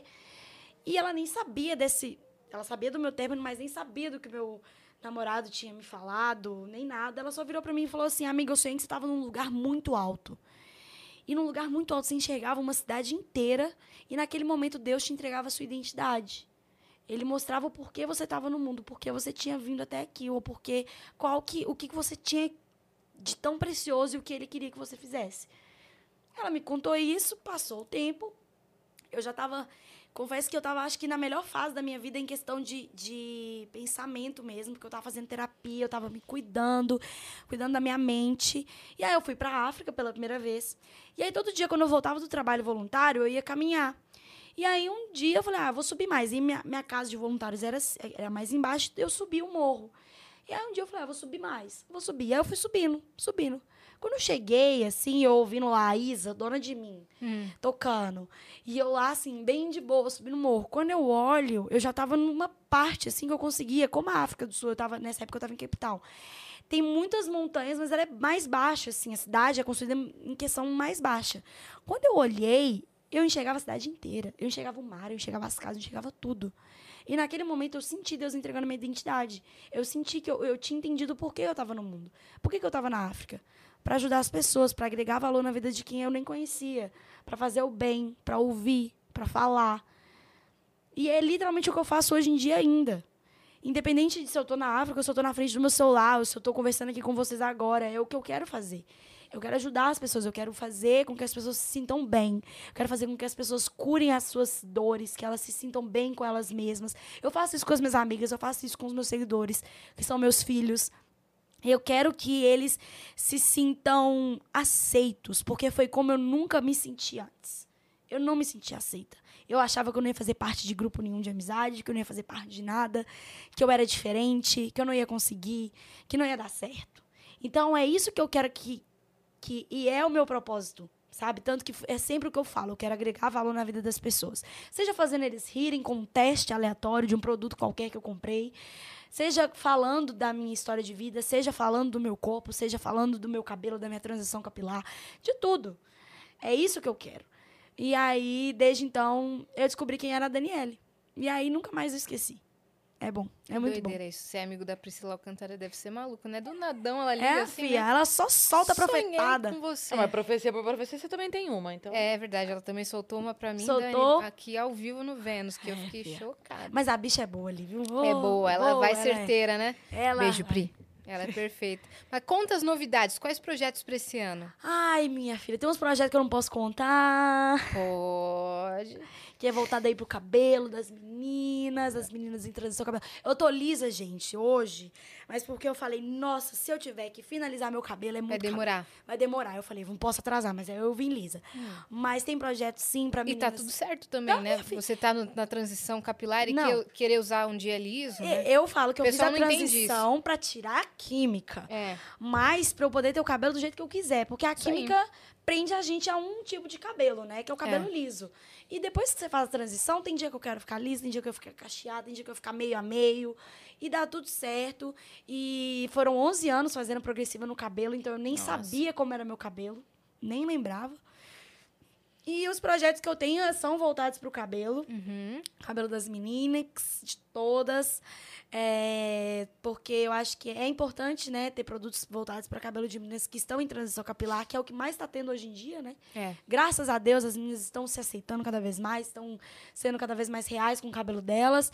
E ela nem sabia desse... Ela sabia do meu término, mas nem sabia do que meu namorado tinha me falado, nem nada. Ela só virou pra mim e falou assim, amiga, eu sonhei que você estava num lugar muito alto. E num lugar muito alto você enxergava uma cidade inteira e naquele momento Deus te entregava a sua identidade. Ele mostrava o porquê você estava no mundo, porquê você tinha vindo até aqui, ou porquê, o que você tinha de tão precioso e o que ele queria que você fizesse. Ela me contou isso, passou o tempo, eu já estava... Confesso que eu estava, acho que, na melhor fase da minha vida em questão de pensamento mesmo, porque eu estava fazendo terapia, eu estava me cuidando da minha mente. E aí eu fui para a África pela primeira vez. E aí todo dia, quando eu voltava do trabalho voluntário, eu ia caminhar. E aí um dia eu falei, vou subir mais. E minha casa de voluntários era mais embaixo, eu subi o morro. E aí um dia eu falei, vou subir mais, vou subir. E aí eu fui subindo. Quando eu cheguei, assim, eu ouvindo lá a Isa, Dona de Mim, tocando. E eu lá, assim, bem de boa, subindo o morro. Quando eu olho, eu já tava numa parte, assim, que eu conseguia, como a África do Sul, nessa época eu tava em Cape Town. Tem muitas montanhas, mas ela é mais baixa, assim, a cidade é construída em questão mais baixa. Quando eu olhei, eu enxergava a cidade inteira. Eu enxergava o mar, eu enxergava as casas, eu enxergava tudo. E naquele momento eu senti Deus entregando minha identidade. Eu senti que eu tinha entendido por que eu estava no mundo. Por que eu estava na África? Para ajudar as pessoas, para agregar valor na vida de quem eu nem conhecia. Para fazer o bem, para ouvir, para falar. E é literalmente o que eu faço hoje em dia ainda. Independente de se eu estou na África, ou se eu estou na frente do meu celular, ou se eu estou conversando aqui com vocês agora, é o que eu quero fazer. Eu quero ajudar as pessoas, eu quero fazer com que as pessoas se sintam bem. Eu quero fazer com que as pessoas curem as suas dores, que elas se sintam bem com elas mesmas. Eu faço isso com as minhas amigas, eu faço isso com os meus seguidores, que são meus filhos. Eu quero que eles se sintam aceitos, porque foi como eu nunca me senti antes. Eu não me sentia aceita. Eu achava que eu não ia fazer parte de grupo nenhum de amizade, que eu não ia fazer parte de nada, que eu era diferente, que eu não ia conseguir, que não ia dar certo. Então, é isso que eu quero que aqui. E é o meu propósito, sabe? Tanto que é sempre o que eu falo. Eu quero agregar valor na vida das pessoas. Seja fazendo eles rirem com um teste aleatório de um produto qualquer que eu comprei. Seja falando da minha história de vida. Seja falando do meu corpo. Seja falando do meu cabelo, da minha transição capilar. De tudo. É isso que eu quero. E aí, desde então, eu descobri quem era a Daniele. E aí, nunca mais eu esqueci. É bom, é muito bom. Isso. Ser amigo da Priscila Alcântara deve ser maluco, né? Do nadão ela liga assim, filha, né? ela só solta a profetada. Com você. Mas profecia por profecia, você também tem uma, então... É verdade, ela também soltou uma pra mim, Soltou? Dani, aqui ao vivo no Vênus, que eu fiquei chocada. Mas a bicha é boa ali, viu? É boa, ela vai certeira, né? Ela... Beijo, Pri. Ela é perfeita. Mas conta as novidades, quais projetos pra esse ano? Ai, minha filha, tem uns projetos que eu não posso contar. Pode. Que é voltado aí pro cabelo das meninas em transição cabelo. Eu tô lisa, gente, hoje. Mas porque eu falei, nossa, se eu tiver que finalizar meu cabelo, é muito Vai demorar. cabelo. Vai demorar. Eu falei, não posso atrasar, mas aí eu vim lisa. Mas tem projeto, sim, pra meninas. E tá tudo certo também, né? Você tá na transição capilar e querer usar um dia liso, né? Eu falo que eu fiz a não entende transição pra tirar a química. É. Mas pra eu poder ter o cabelo do jeito que eu quiser. Porque a química prende a gente a um tipo de cabelo, né? Que é o cabelo liso. E depois que você faz a transição, tem dia que eu quero ficar lisa, tem dia que eu quero ficar cacheada, tem dia que eu vou ficar meio a meio. E dá tudo certo. E foram 11 anos fazendo progressiva no cabelo, então eu nem sabia como era meu cabelo. Nem lembrava. E os projetos que eu tenho são voltados pro cabelo. Cabelo das meninas, de todas. Porque eu acho que é importante, né, ter produtos voltados para cabelo de meninas que estão em transição capilar, que é o que mais está tendo hoje em dia, né? Graças a Deus, as meninas estão se aceitando cada vez mais, estão sendo cada vez mais reais com o cabelo delas.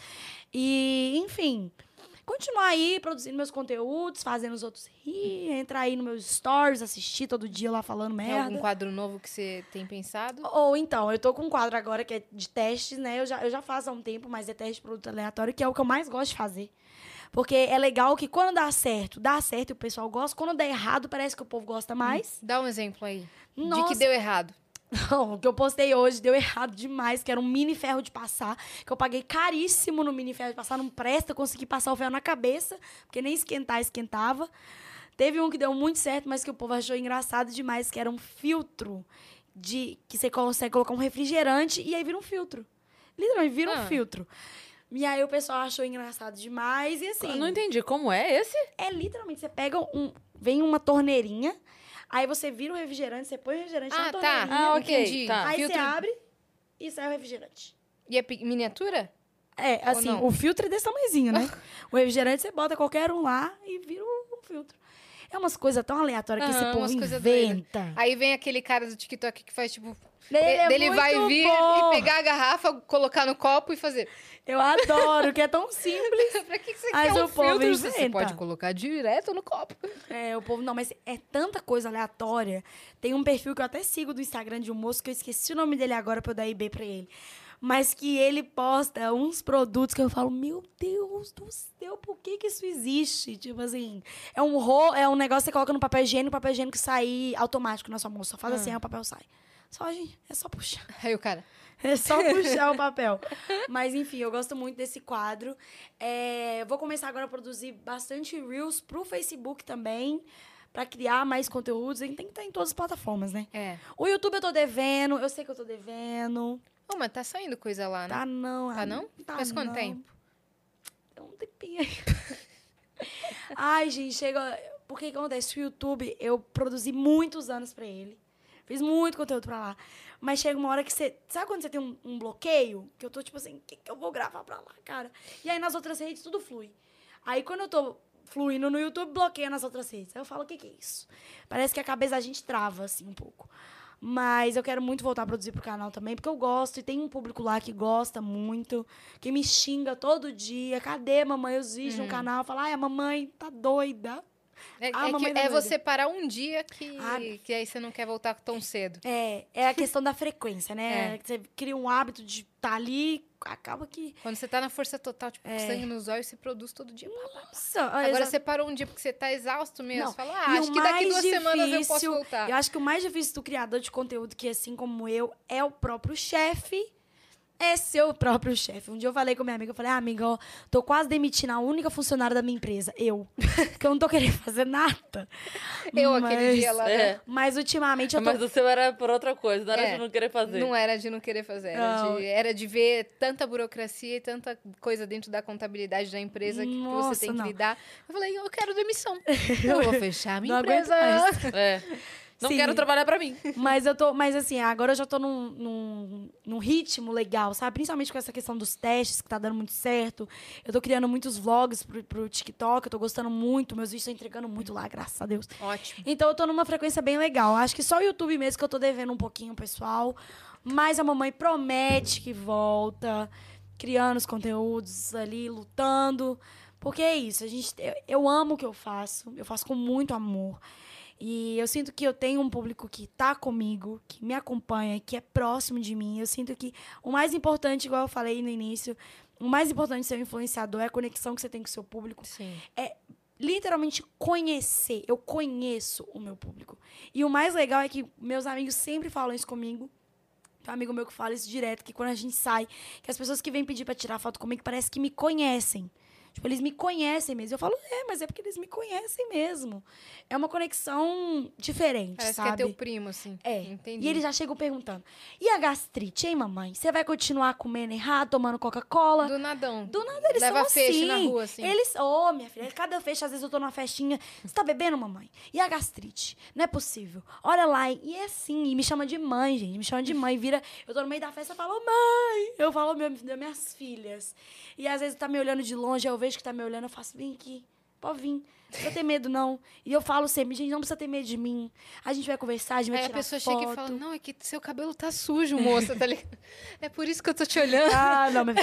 E, enfim, continuar aí produzindo meus conteúdos, fazendo os outros rir, entrar aí nos meus stories, assistir todo dia lá falando merda. Tem algum quadro novo que você tem pensado? Ou então, eu tô com um quadro agora que é de testes, né? Eu já faço há um tempo, mas é teste de produto aleatório, que é o que eu mais gosto de fazer. Porque é legal que quando dá certo e o pessoal gosta. Quando dá errado, parece que o povo gosta mais. Dá um exemplo aí. Nossa. De que deu errado. Não, o que eu postei hoje deu errado demais, que era um mini ferro de passar, que eu paguei caríssimo no mini ferro de passar, não presta, eu consegui passar o ferro na cabeça, porque nem esquentava. Teve um que deu muito certo, mas que o povo achou engraçado demais, que era um filtro que você consegue colocar um refrigerante e aí vira um filtro. Literalmente, vira um filtro. E aí o pessoal achou engraçado demais e assim... Eu não entendi, como é esse? É literalmente, você pega vem uma torneirinha, aí você vira o refrigerante, você põe o refrigerante na torneirinha. Tá. Entendi. Tá. Aí Filtro... você abre e sai o refrigerante. E é miniatura? É, assim, o filtro é desse tamanhozinho, né? O refrigerante você bota qualquer um lá e vira um filtro. É umas coisas tão aleatórias que esse povo inventa. Aí vem aquele cara do TikTok que faz, tipo... Ele vai vir bom. e pegar a garrafa, colocar no copo e fazer... Eu adoro, que é tão simples. Pra que você Mas quer o povo filtro? inventa. Você pode colocar direto no copo. O povo... Não, mas é tanta coisa aleatória. Tem um perfil que eu até sigo do Instagram de um moço, que eu esqueci o nome dele agora pra eu dar IB pra ele. Mas que ele posta uns produtos que eu falo, meu Deus do céu, por que isso existe? Tipo assim, é um negócio que você coloca no papel higiênico sai automático na sua mão. Só faz assim, aí o papel sai. Só, gente, é só puxar. Aí o cara... É só puxar o papel. Mas, enfim, eu gosto muito desse quadro. Vou começar agora a produzir bastante Reels pro Facebook também, pra criar mais conteúdos. Tem que estar em todas as plataformas, né? O YouTube eu tô devendo, eu sei que eu tô devendo. Oh, mas tá saindo coisa lá, né? Tá não. Tá não? Faz quanto tempo? É um tempinho aí. Ai, gente, chega... Porque o que acontece? O YouTube, eu produzi muitos anos pra ele. Fiz muito conteúdo pra lá. Mas chega uma hora que você... Sabe quando você tem um bloqueio? Que eu tô tipo assim, o que eu vou gravar pra lá, cara? E aí nas outras redes tudo flui. Aí quando eu tô fluindo no YouTube, bloqueia nas outras redes. Aí eu falo, o que é isso? Parece que a cabeça da gente trava, assim, um pouco. Mas eu quero muito voltar a produzir pro canal também, porque eu gosto. E tem um público lá que gosta muito, que me xinga todo dia. Cadê, mamãe, os vídeos no canal? Fala, ai, a mamãe tá doida. Você parar um dia que aí você não quer voltar tão cedo. É a questão da frequência, né? Você cria um hábito de estar ali, acaba que... Quando você tá na força total, tipo, sangue nos olhos, você produz todo dia. Nossa! Agora você parou um dia porque você tá exausto mesmo. Não. Você fala, acho que daqui 2 semanas eu posso voltar. Eu acho que o mais difícil do criador de conteúdo, que assim como eu, é o próprio chefe é seu próprio chefe. Um dia eu falei com minha amiga, eu falei, amiga, ó, tô quase demitindo a única funcionária da minha empresa, porque eu não tô querendo fazer nada. Aquele dia lá. Mas ultimamente eu tô... Mas o seu era por outra coisa, não era de não querer fazer. Não era de não querer fazer, era de ver tanta burocracia e tanta coisa dentro da contabilidade da empresa que você tem que lidar. Eu falei, eu quero demissão. Eu vou fechar a minha empresa. Não quero trabalhar pra mim. Mas assim, agora eu já tô num ritmo legal, sabe? Principalmente com essa questão dos testes, que tá dando muito certo. Eu tô criando muitos vlogs pro TikTok, eu tô gostando muito. Meus vídeos estão entregando muito lá, graças a Deus. Ótimo. Então eu tô numa frequência bem legal. Acho que só o YouTube mesmo que eu tô devendo um pouquinho, pessoal. Mas a mamãe promete que volta, criando os conteúdos ali, lutando. Porque é isso, eu amo o que eu faço com muito amor. E eu sinto que eu tenho um público que tá comigo, que me acompanha, que é próximo de mim. Eu sinto que o mais importante, igual eu falei no início, o mais importante de ser um influenciador é a conexão que você tem com o seu público. Sim. É literalmente conhecer. Eu conheço o meu público. E o mais legal é que meus amigos sempre falam isso comigo. Tem um amigo meu que fala isso direto, que quando a gente sai, que as pessoas que vêm pedir pra tirar foto comigo parece que me conhecem. Tipo, eles me conhecem mesmo. Eu falo, mas é porque eles me conhecem mesmo. É uma conexão diferente, parece sabe? Parece que é teu primo, assim. Entendi. E eles já chegam perguntando, e a gastrite, hein, mamãe? Você vai continuar comendo errado, tomando Coca-Cola? Do nadão. Do nada eles Leva são feixe assim. na rua, assim. Eles, minha filha, cada feixe, às vezes eu tô numa festinha. Você tá bebendo, mamãe? E a gastrite? Não é possível. Olha lá. E é assim, e me chama de mãe, gente. Me chama de mãe. Vira, eu tô no meio da festa e falo, mãe. Eu falo das minhas filhas. E às vezes tá me olhando de longe, eu vejo que tá me olhando, eu faço, vem aqui, pode vir. Não precisa ter medo, não. E eu falo sempre, gente, não precisa ter medo de mim. A gente vai conversar, a gente vai tirar foto. Aí a pessoa chega e fala, não, é que seu cabelo tá sujo, moça, tá ligado? É por isso que eu tô te olhando. Não, mas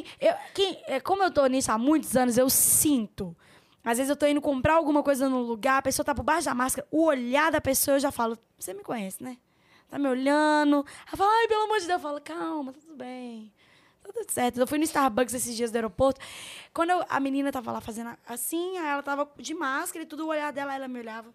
como eu tô nisso há muitos anos, eu sinto. Às vezes eu tô indo comprar alguma coisa no lugar, a pessoa tá por baixo da máscara, o olhar da pessoa, eu já falo, você me conhece, né? Tá me olhando. Ela fala, ai, pelo amor de Deus. Eu falo, calma, tá tudo bem. Tá tudo certo. Eu fui no Starbucks esses dias do aeroporto. Quando a menina tava lá fazendo assim, aí ela tava de máscara e tudo, o olhar dela, ela me olhava.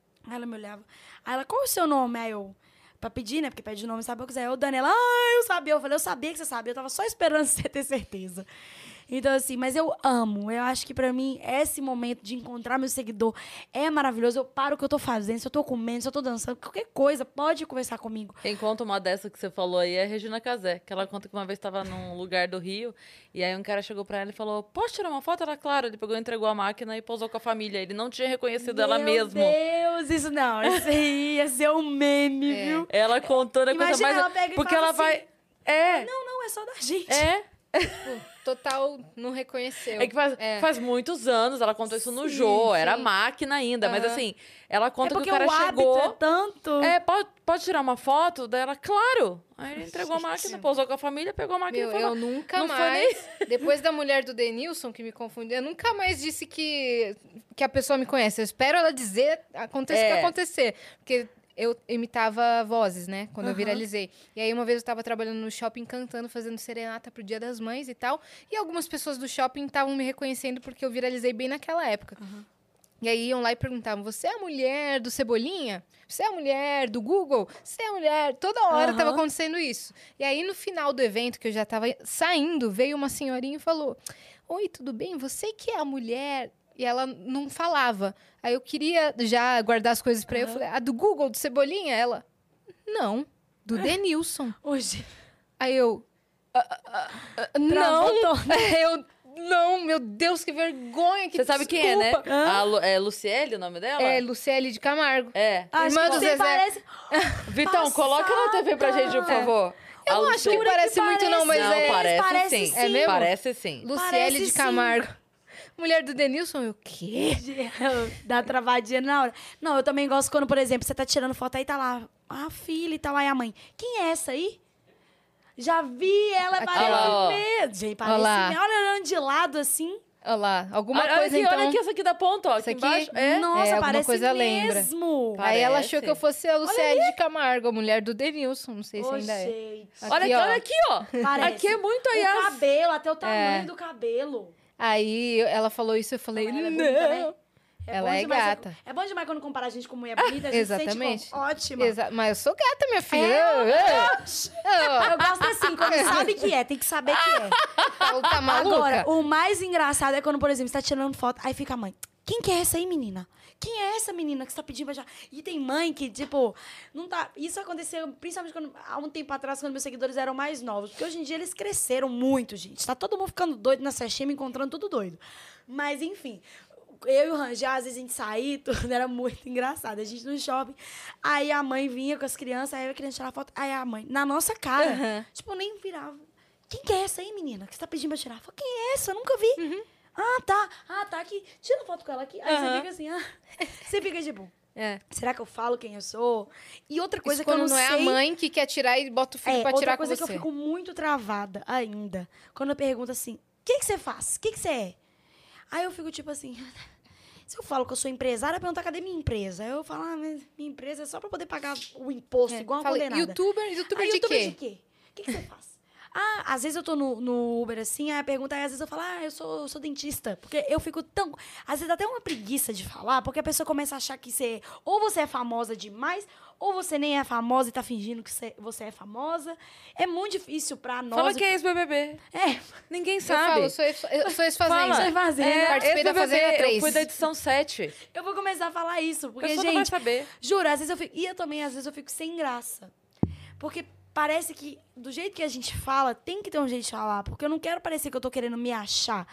Aí ela, qual é o seu nome? Aí eu, pra pedir, né? Porque pede o nome no Starbucks. Aí eu, Daniela, eu sabia. Eu falei, eu sabia que você sabia. Eu tava só esperando você ter certeza. Então, assim, mas eu amo. Eu acho que pra mim, esse momento de encontrar meu seguidor é maravilhoso. Eu paro o que eu tô fazendo, se eu tô comendo, se eu tô dançando, qualquer coisa, pode conversar comigo. Quem conta uma dessa que você falou aí é a Regina Casé, que ela conta que uma vez estava num lugar do Rio, e aí um cara chegou pra ela e falou, posso tirar uma foto? Ela, claro. Ele pegou, entregou a máquina e pousou com a família. Ele não tinha reconhecido ela mesmo. Meu Deus, isso não. Isso aí ia ser um meme, viu? Ela contando a coisa mais... Ela pega e porque fala ela assim, vai... Não, é só da gente. Total, não reconheceu. É que faz muitos anos, ela contou isso no Jô, era máquina ainda, mas assim, ela conta que o cara chegou... É tanto... Pode tirar uma foto dela? Claro! Aí ele entregou a máquina, pousou com a família, pegou a máquina e falou... Eu nunca mais, depois da mulher do Denilson, que me confundiu, eu nunca mais disse que a pessoa me conhece. Eu espero ela dizer, aconteça o que acontecer. Porque... eu imitava vozes, né? Quando eu viralizei. E aí, uma vez eu tava trabalhando no shopping, cantando, fazendo serenata pro Dia das Mães e tal. E algumas pessoas do shopping estavam me reconhecendo porque eu viralizei bem naquela época. E aí, iam lá e perguntavam, você é a mulher do Cebolinha? Você é a mulher do Google? Você é a mulher... Toda hora tava acontecendo isso. E aí, no final do evento, que eu já tava saindo, veio uma senhorinha e falou, oi, tudo bem? Você que é a mulher... E ela não falava. Aí eu queria já guardar as coisas pra eu falei, a do Google, do Cebolinha? Ela, não, do Denilson. Hoje. Aí eu, não. Eu, não, meu Deus, que vergonha. Que você sabe quem é, né? É Luciele o nome dela? É, Luciele de Camargo. Irmã do Zezé. Parece... Vitão, coloca na TV pra gente, por favor. Eu não acho que parece muito, não, mas não, parece sim. É mesmo? Parece sim. Luciele de Camargo. Mulher do Denilson, eu, o quê? Dá travadinha na hora. Não, eu também gosto quando, por exemplo, você tá tirando foto, aí tá lá a filha e tá lá e a mãe. Quem é essa aí? Já vi, ela parece mesmo. Gente, parece mesmo. Olha, olhando de lado, assim. Olha lá, alguma coisa, então... Olha aqui, essa aqui da ponta, ó, aqui embaixo. Nossa, parece coisa mesmo. Lembra. Aí ela achou que eu fosse a Luciele de Camargo, a mulher do Denilson, não sei se ainda é. Olha aqui, ó. Parece. Aqui é muito aí. O cabelo, até o tamanho do cabelo. Aí ela falou isso, eu falei, ela não. É bonita, né? Ela é gata. É bom demais quando compara a gente com mulher bonita, a gente Exatamente. se sente ótima. Mas eu sou gata, minha filha. Eu gosto assim, quando sabe que é, tem que saber que é. Tá maluca? Agora, o mais engraçado é quando, por exemplo, você tá tirando foto, aí fica a mãe, quem que é essa aí, menina? Quem é essa menina que você tá pedindo pra já... E tem mãe que, tipo, não tá... Isso aconteceu principalmente há um tempo atrás, quando meus seguidores eram mais novos. Porque hoje em dia eles cresceram muito, gente. Tá todo mundo ficando doido na festinha, me encontrando tudo doido. Mas, enfim... Eu e o Rangel, às vezes a gente saía, tudo era muito engraçado. A gente no shopping, aí a mãe vinha com as crianças, aí a criança tirava foto, aí a mãe, na nossa cara, tipo, nem virava. Quem que é essa aí, menina, que você tá pedindo pra tirar? Eu falei, quem é essa? Eu nunca vi. Ah, tá aqui. Tira foto com ela aqui. Aí você fica assim, você fica tipo... Será que eu falo quem eu sou? E outra coisa que eu não sei... Quando não é a mãe que quer tirar e bota o filho pra tirar com você. Outra coisa que eu fico muito travada ainda, quando eu pergunto assim, o que você faz? O que você é? Aí eu fico tipo assim... Se eu falo que eu sou empresária, perguntar cadê minha empresa? Aí eu falo, mas minha empresa é só pra poder pagar o imposto, igual uma condenada. YouTuber de quê? O que você faz? Às vezes eu tô no Uber assim, aí a pergunta é, às vezes eu falo, eu sou dentista. Porque eu fico tão... Às vezes dá até uma preguiça de falar, porque a pessoa começa a achar que ou você é famosa demais, ou você nem é famosa e tá fingindo que você é famosa. É muito difícil pra nós... Fala que é ex-BBB. Ninguém sabe. Eu sou ex-fazenda. Participei da Fazenda 3. Eu fui da edição 7. Eu vou começar a falar isso, porque, gente... não vai saber. Juro, às vezes eu fico... E eu também, às vezes, eu fico sem graça. Porque parece que, do jeito que a gente fala, tem que ter um jeito de falar. Porque eu não quero parecer que eu tô querendo me achar.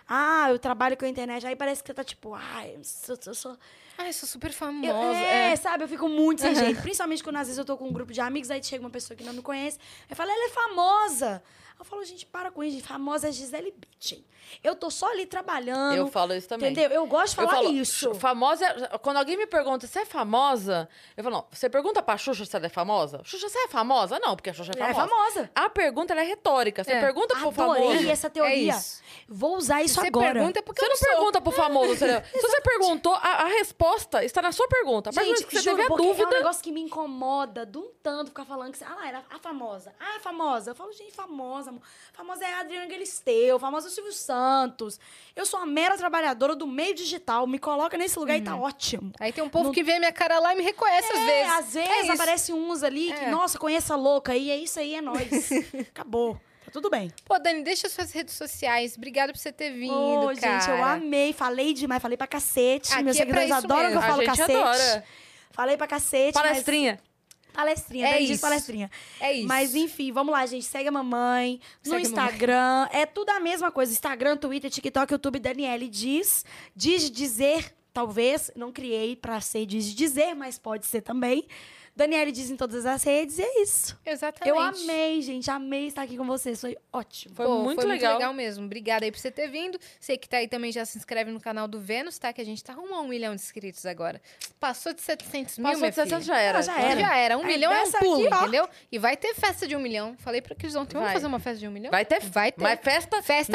Eu trabalho com a internet. Aí parece que você tá tipo... eu sou... eu sou super famosa. Sabe? Eu fico muito sem jeito. Principalmente quando, às vezes, eu tô com um grupo de amigos. Aí chega uma pessoa que não me conhece. Eu falo, ela é famosa. Eu falo, gente, para com isso. Gente. Famosa é Gisele Bündchen. Eu tô só ali trabalhando. Eu falo isso também. Entendeu? Eu gosto de falar isso. Famosa... Quando alguém me pergunta, você é famosa? Eu falo, não. Você pergunta pra Xuxa se ela é famosa? Xuxa, você é famosa? Não, porque a Xuxa é famosa. Ela é famosa. A pergunta, ela é retórica. Você pergunta pro famoso... Adorei essa teoria. Vou usar isso agora. Pergunta porque você não pergunta pro famoso. Se você perguntou, a resposta está na sua pergunta. A partir do que você teve a dúvida... É um negócio que me incomoda de um tanto ficar falando que... era a famosa. Famosa. Eu falo, gente, famosa. Famosa é a Adriana Galisteu. Famosa é o Silvio Santos. Eu sou uma mera trabalhadora do meio digital. Me coloca nesse lugar e tá ótimo. Aí tem um povo que vê minha cara lá e me reconhece às vezes. Às vezes aparece uns ali que, nossa, conheça a louca. E é isso aí, é nóis. Acabou. Tá tudo bem. Pô, Dani, deixa suas redes sociais. Obrigada por você ter vindo, cara. Gente, eu amei. Falei demais. Falei pra cacete. Aqui Meus seguidores adoram que eu falo cacete. Adora. Falei pra cacete. Palestrinha. Palestrinha, palestrinha. É isso. Mas enfim, vamos lá, gente. Segue a mamãe no Instagram. É tudo a mesma coisa. Instagram, Twitter, TikTok, YouTube, Daniele Diz. Diz dizer, talvez. Não criei pra ser diz dizer, mas pode ser também. Daniele Diz em todas as redes e é isso. Exatamente. Eu amei, gente. Amei estar aqui com vocês. Foi ótimo. Foi muito legal mesmo. Obrigada aí por você ter vindo. Você que tá aí também já se inscreve no canal do Vênus, tá? Que a gente tá rumo a 1 milhão de inscritos agora. Passou de 700 mil, Passou de 700 já era. Já era. 1 milhão é um pulo, aqui, entendeu? E vai ter festa de 1 milhão. Falei pra Cris ontem, vamos fazer uma festa de 1 milhão? Vai ter. Mas festa.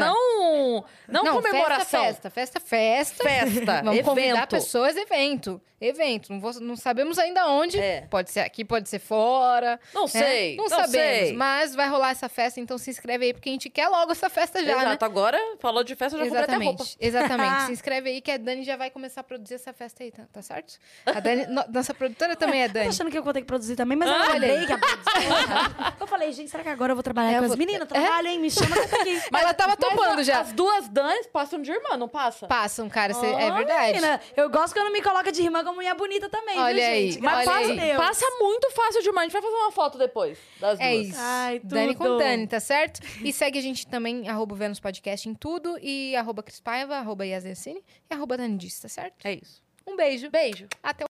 Não comemoração. Festa. Vamos convidar pessoas, evento. Não sabemos ainda onde. Pode ser aqui, pode ser fora. Não sei. Não sabemos. Mas vai rolar essa festa, então se inscreve aí, porque a gente quer logo essa festa já, Exato. Agora, falou de festa, já comprei até roupa. Exatamente. Se inscreve aí que a Dani já vai começar a produzir essa festa aí, tá certo? A Dani, nossa produtora também é Dani. Eu tô achando que eu vou ter que produzir também, mas eu lembrei que a produção... Eu falei, gente, será que agora eu vou trabalhar com as meninas? Trabalha, hein? Me chama que eu tô aqui. Mas ela tava topando já. As duas Danis passam de irmã, não passa? Passam, cara. É verdade. Menina, eu gosto quando me coloca de irmã com mulher bonita também, olha viu, aí, gente? Mas passa muito fácil demais. A gente vai fazer uma foto depois das duas. É isso. Ai, tudo. Dani com Dani, tá certo? E segue a gente também, @Vênus Podcast em tudo. E @Cris Paiva, @Yasdecine e @Dani Diz, tá certo? É isso. Um beijo. Beijo. Até o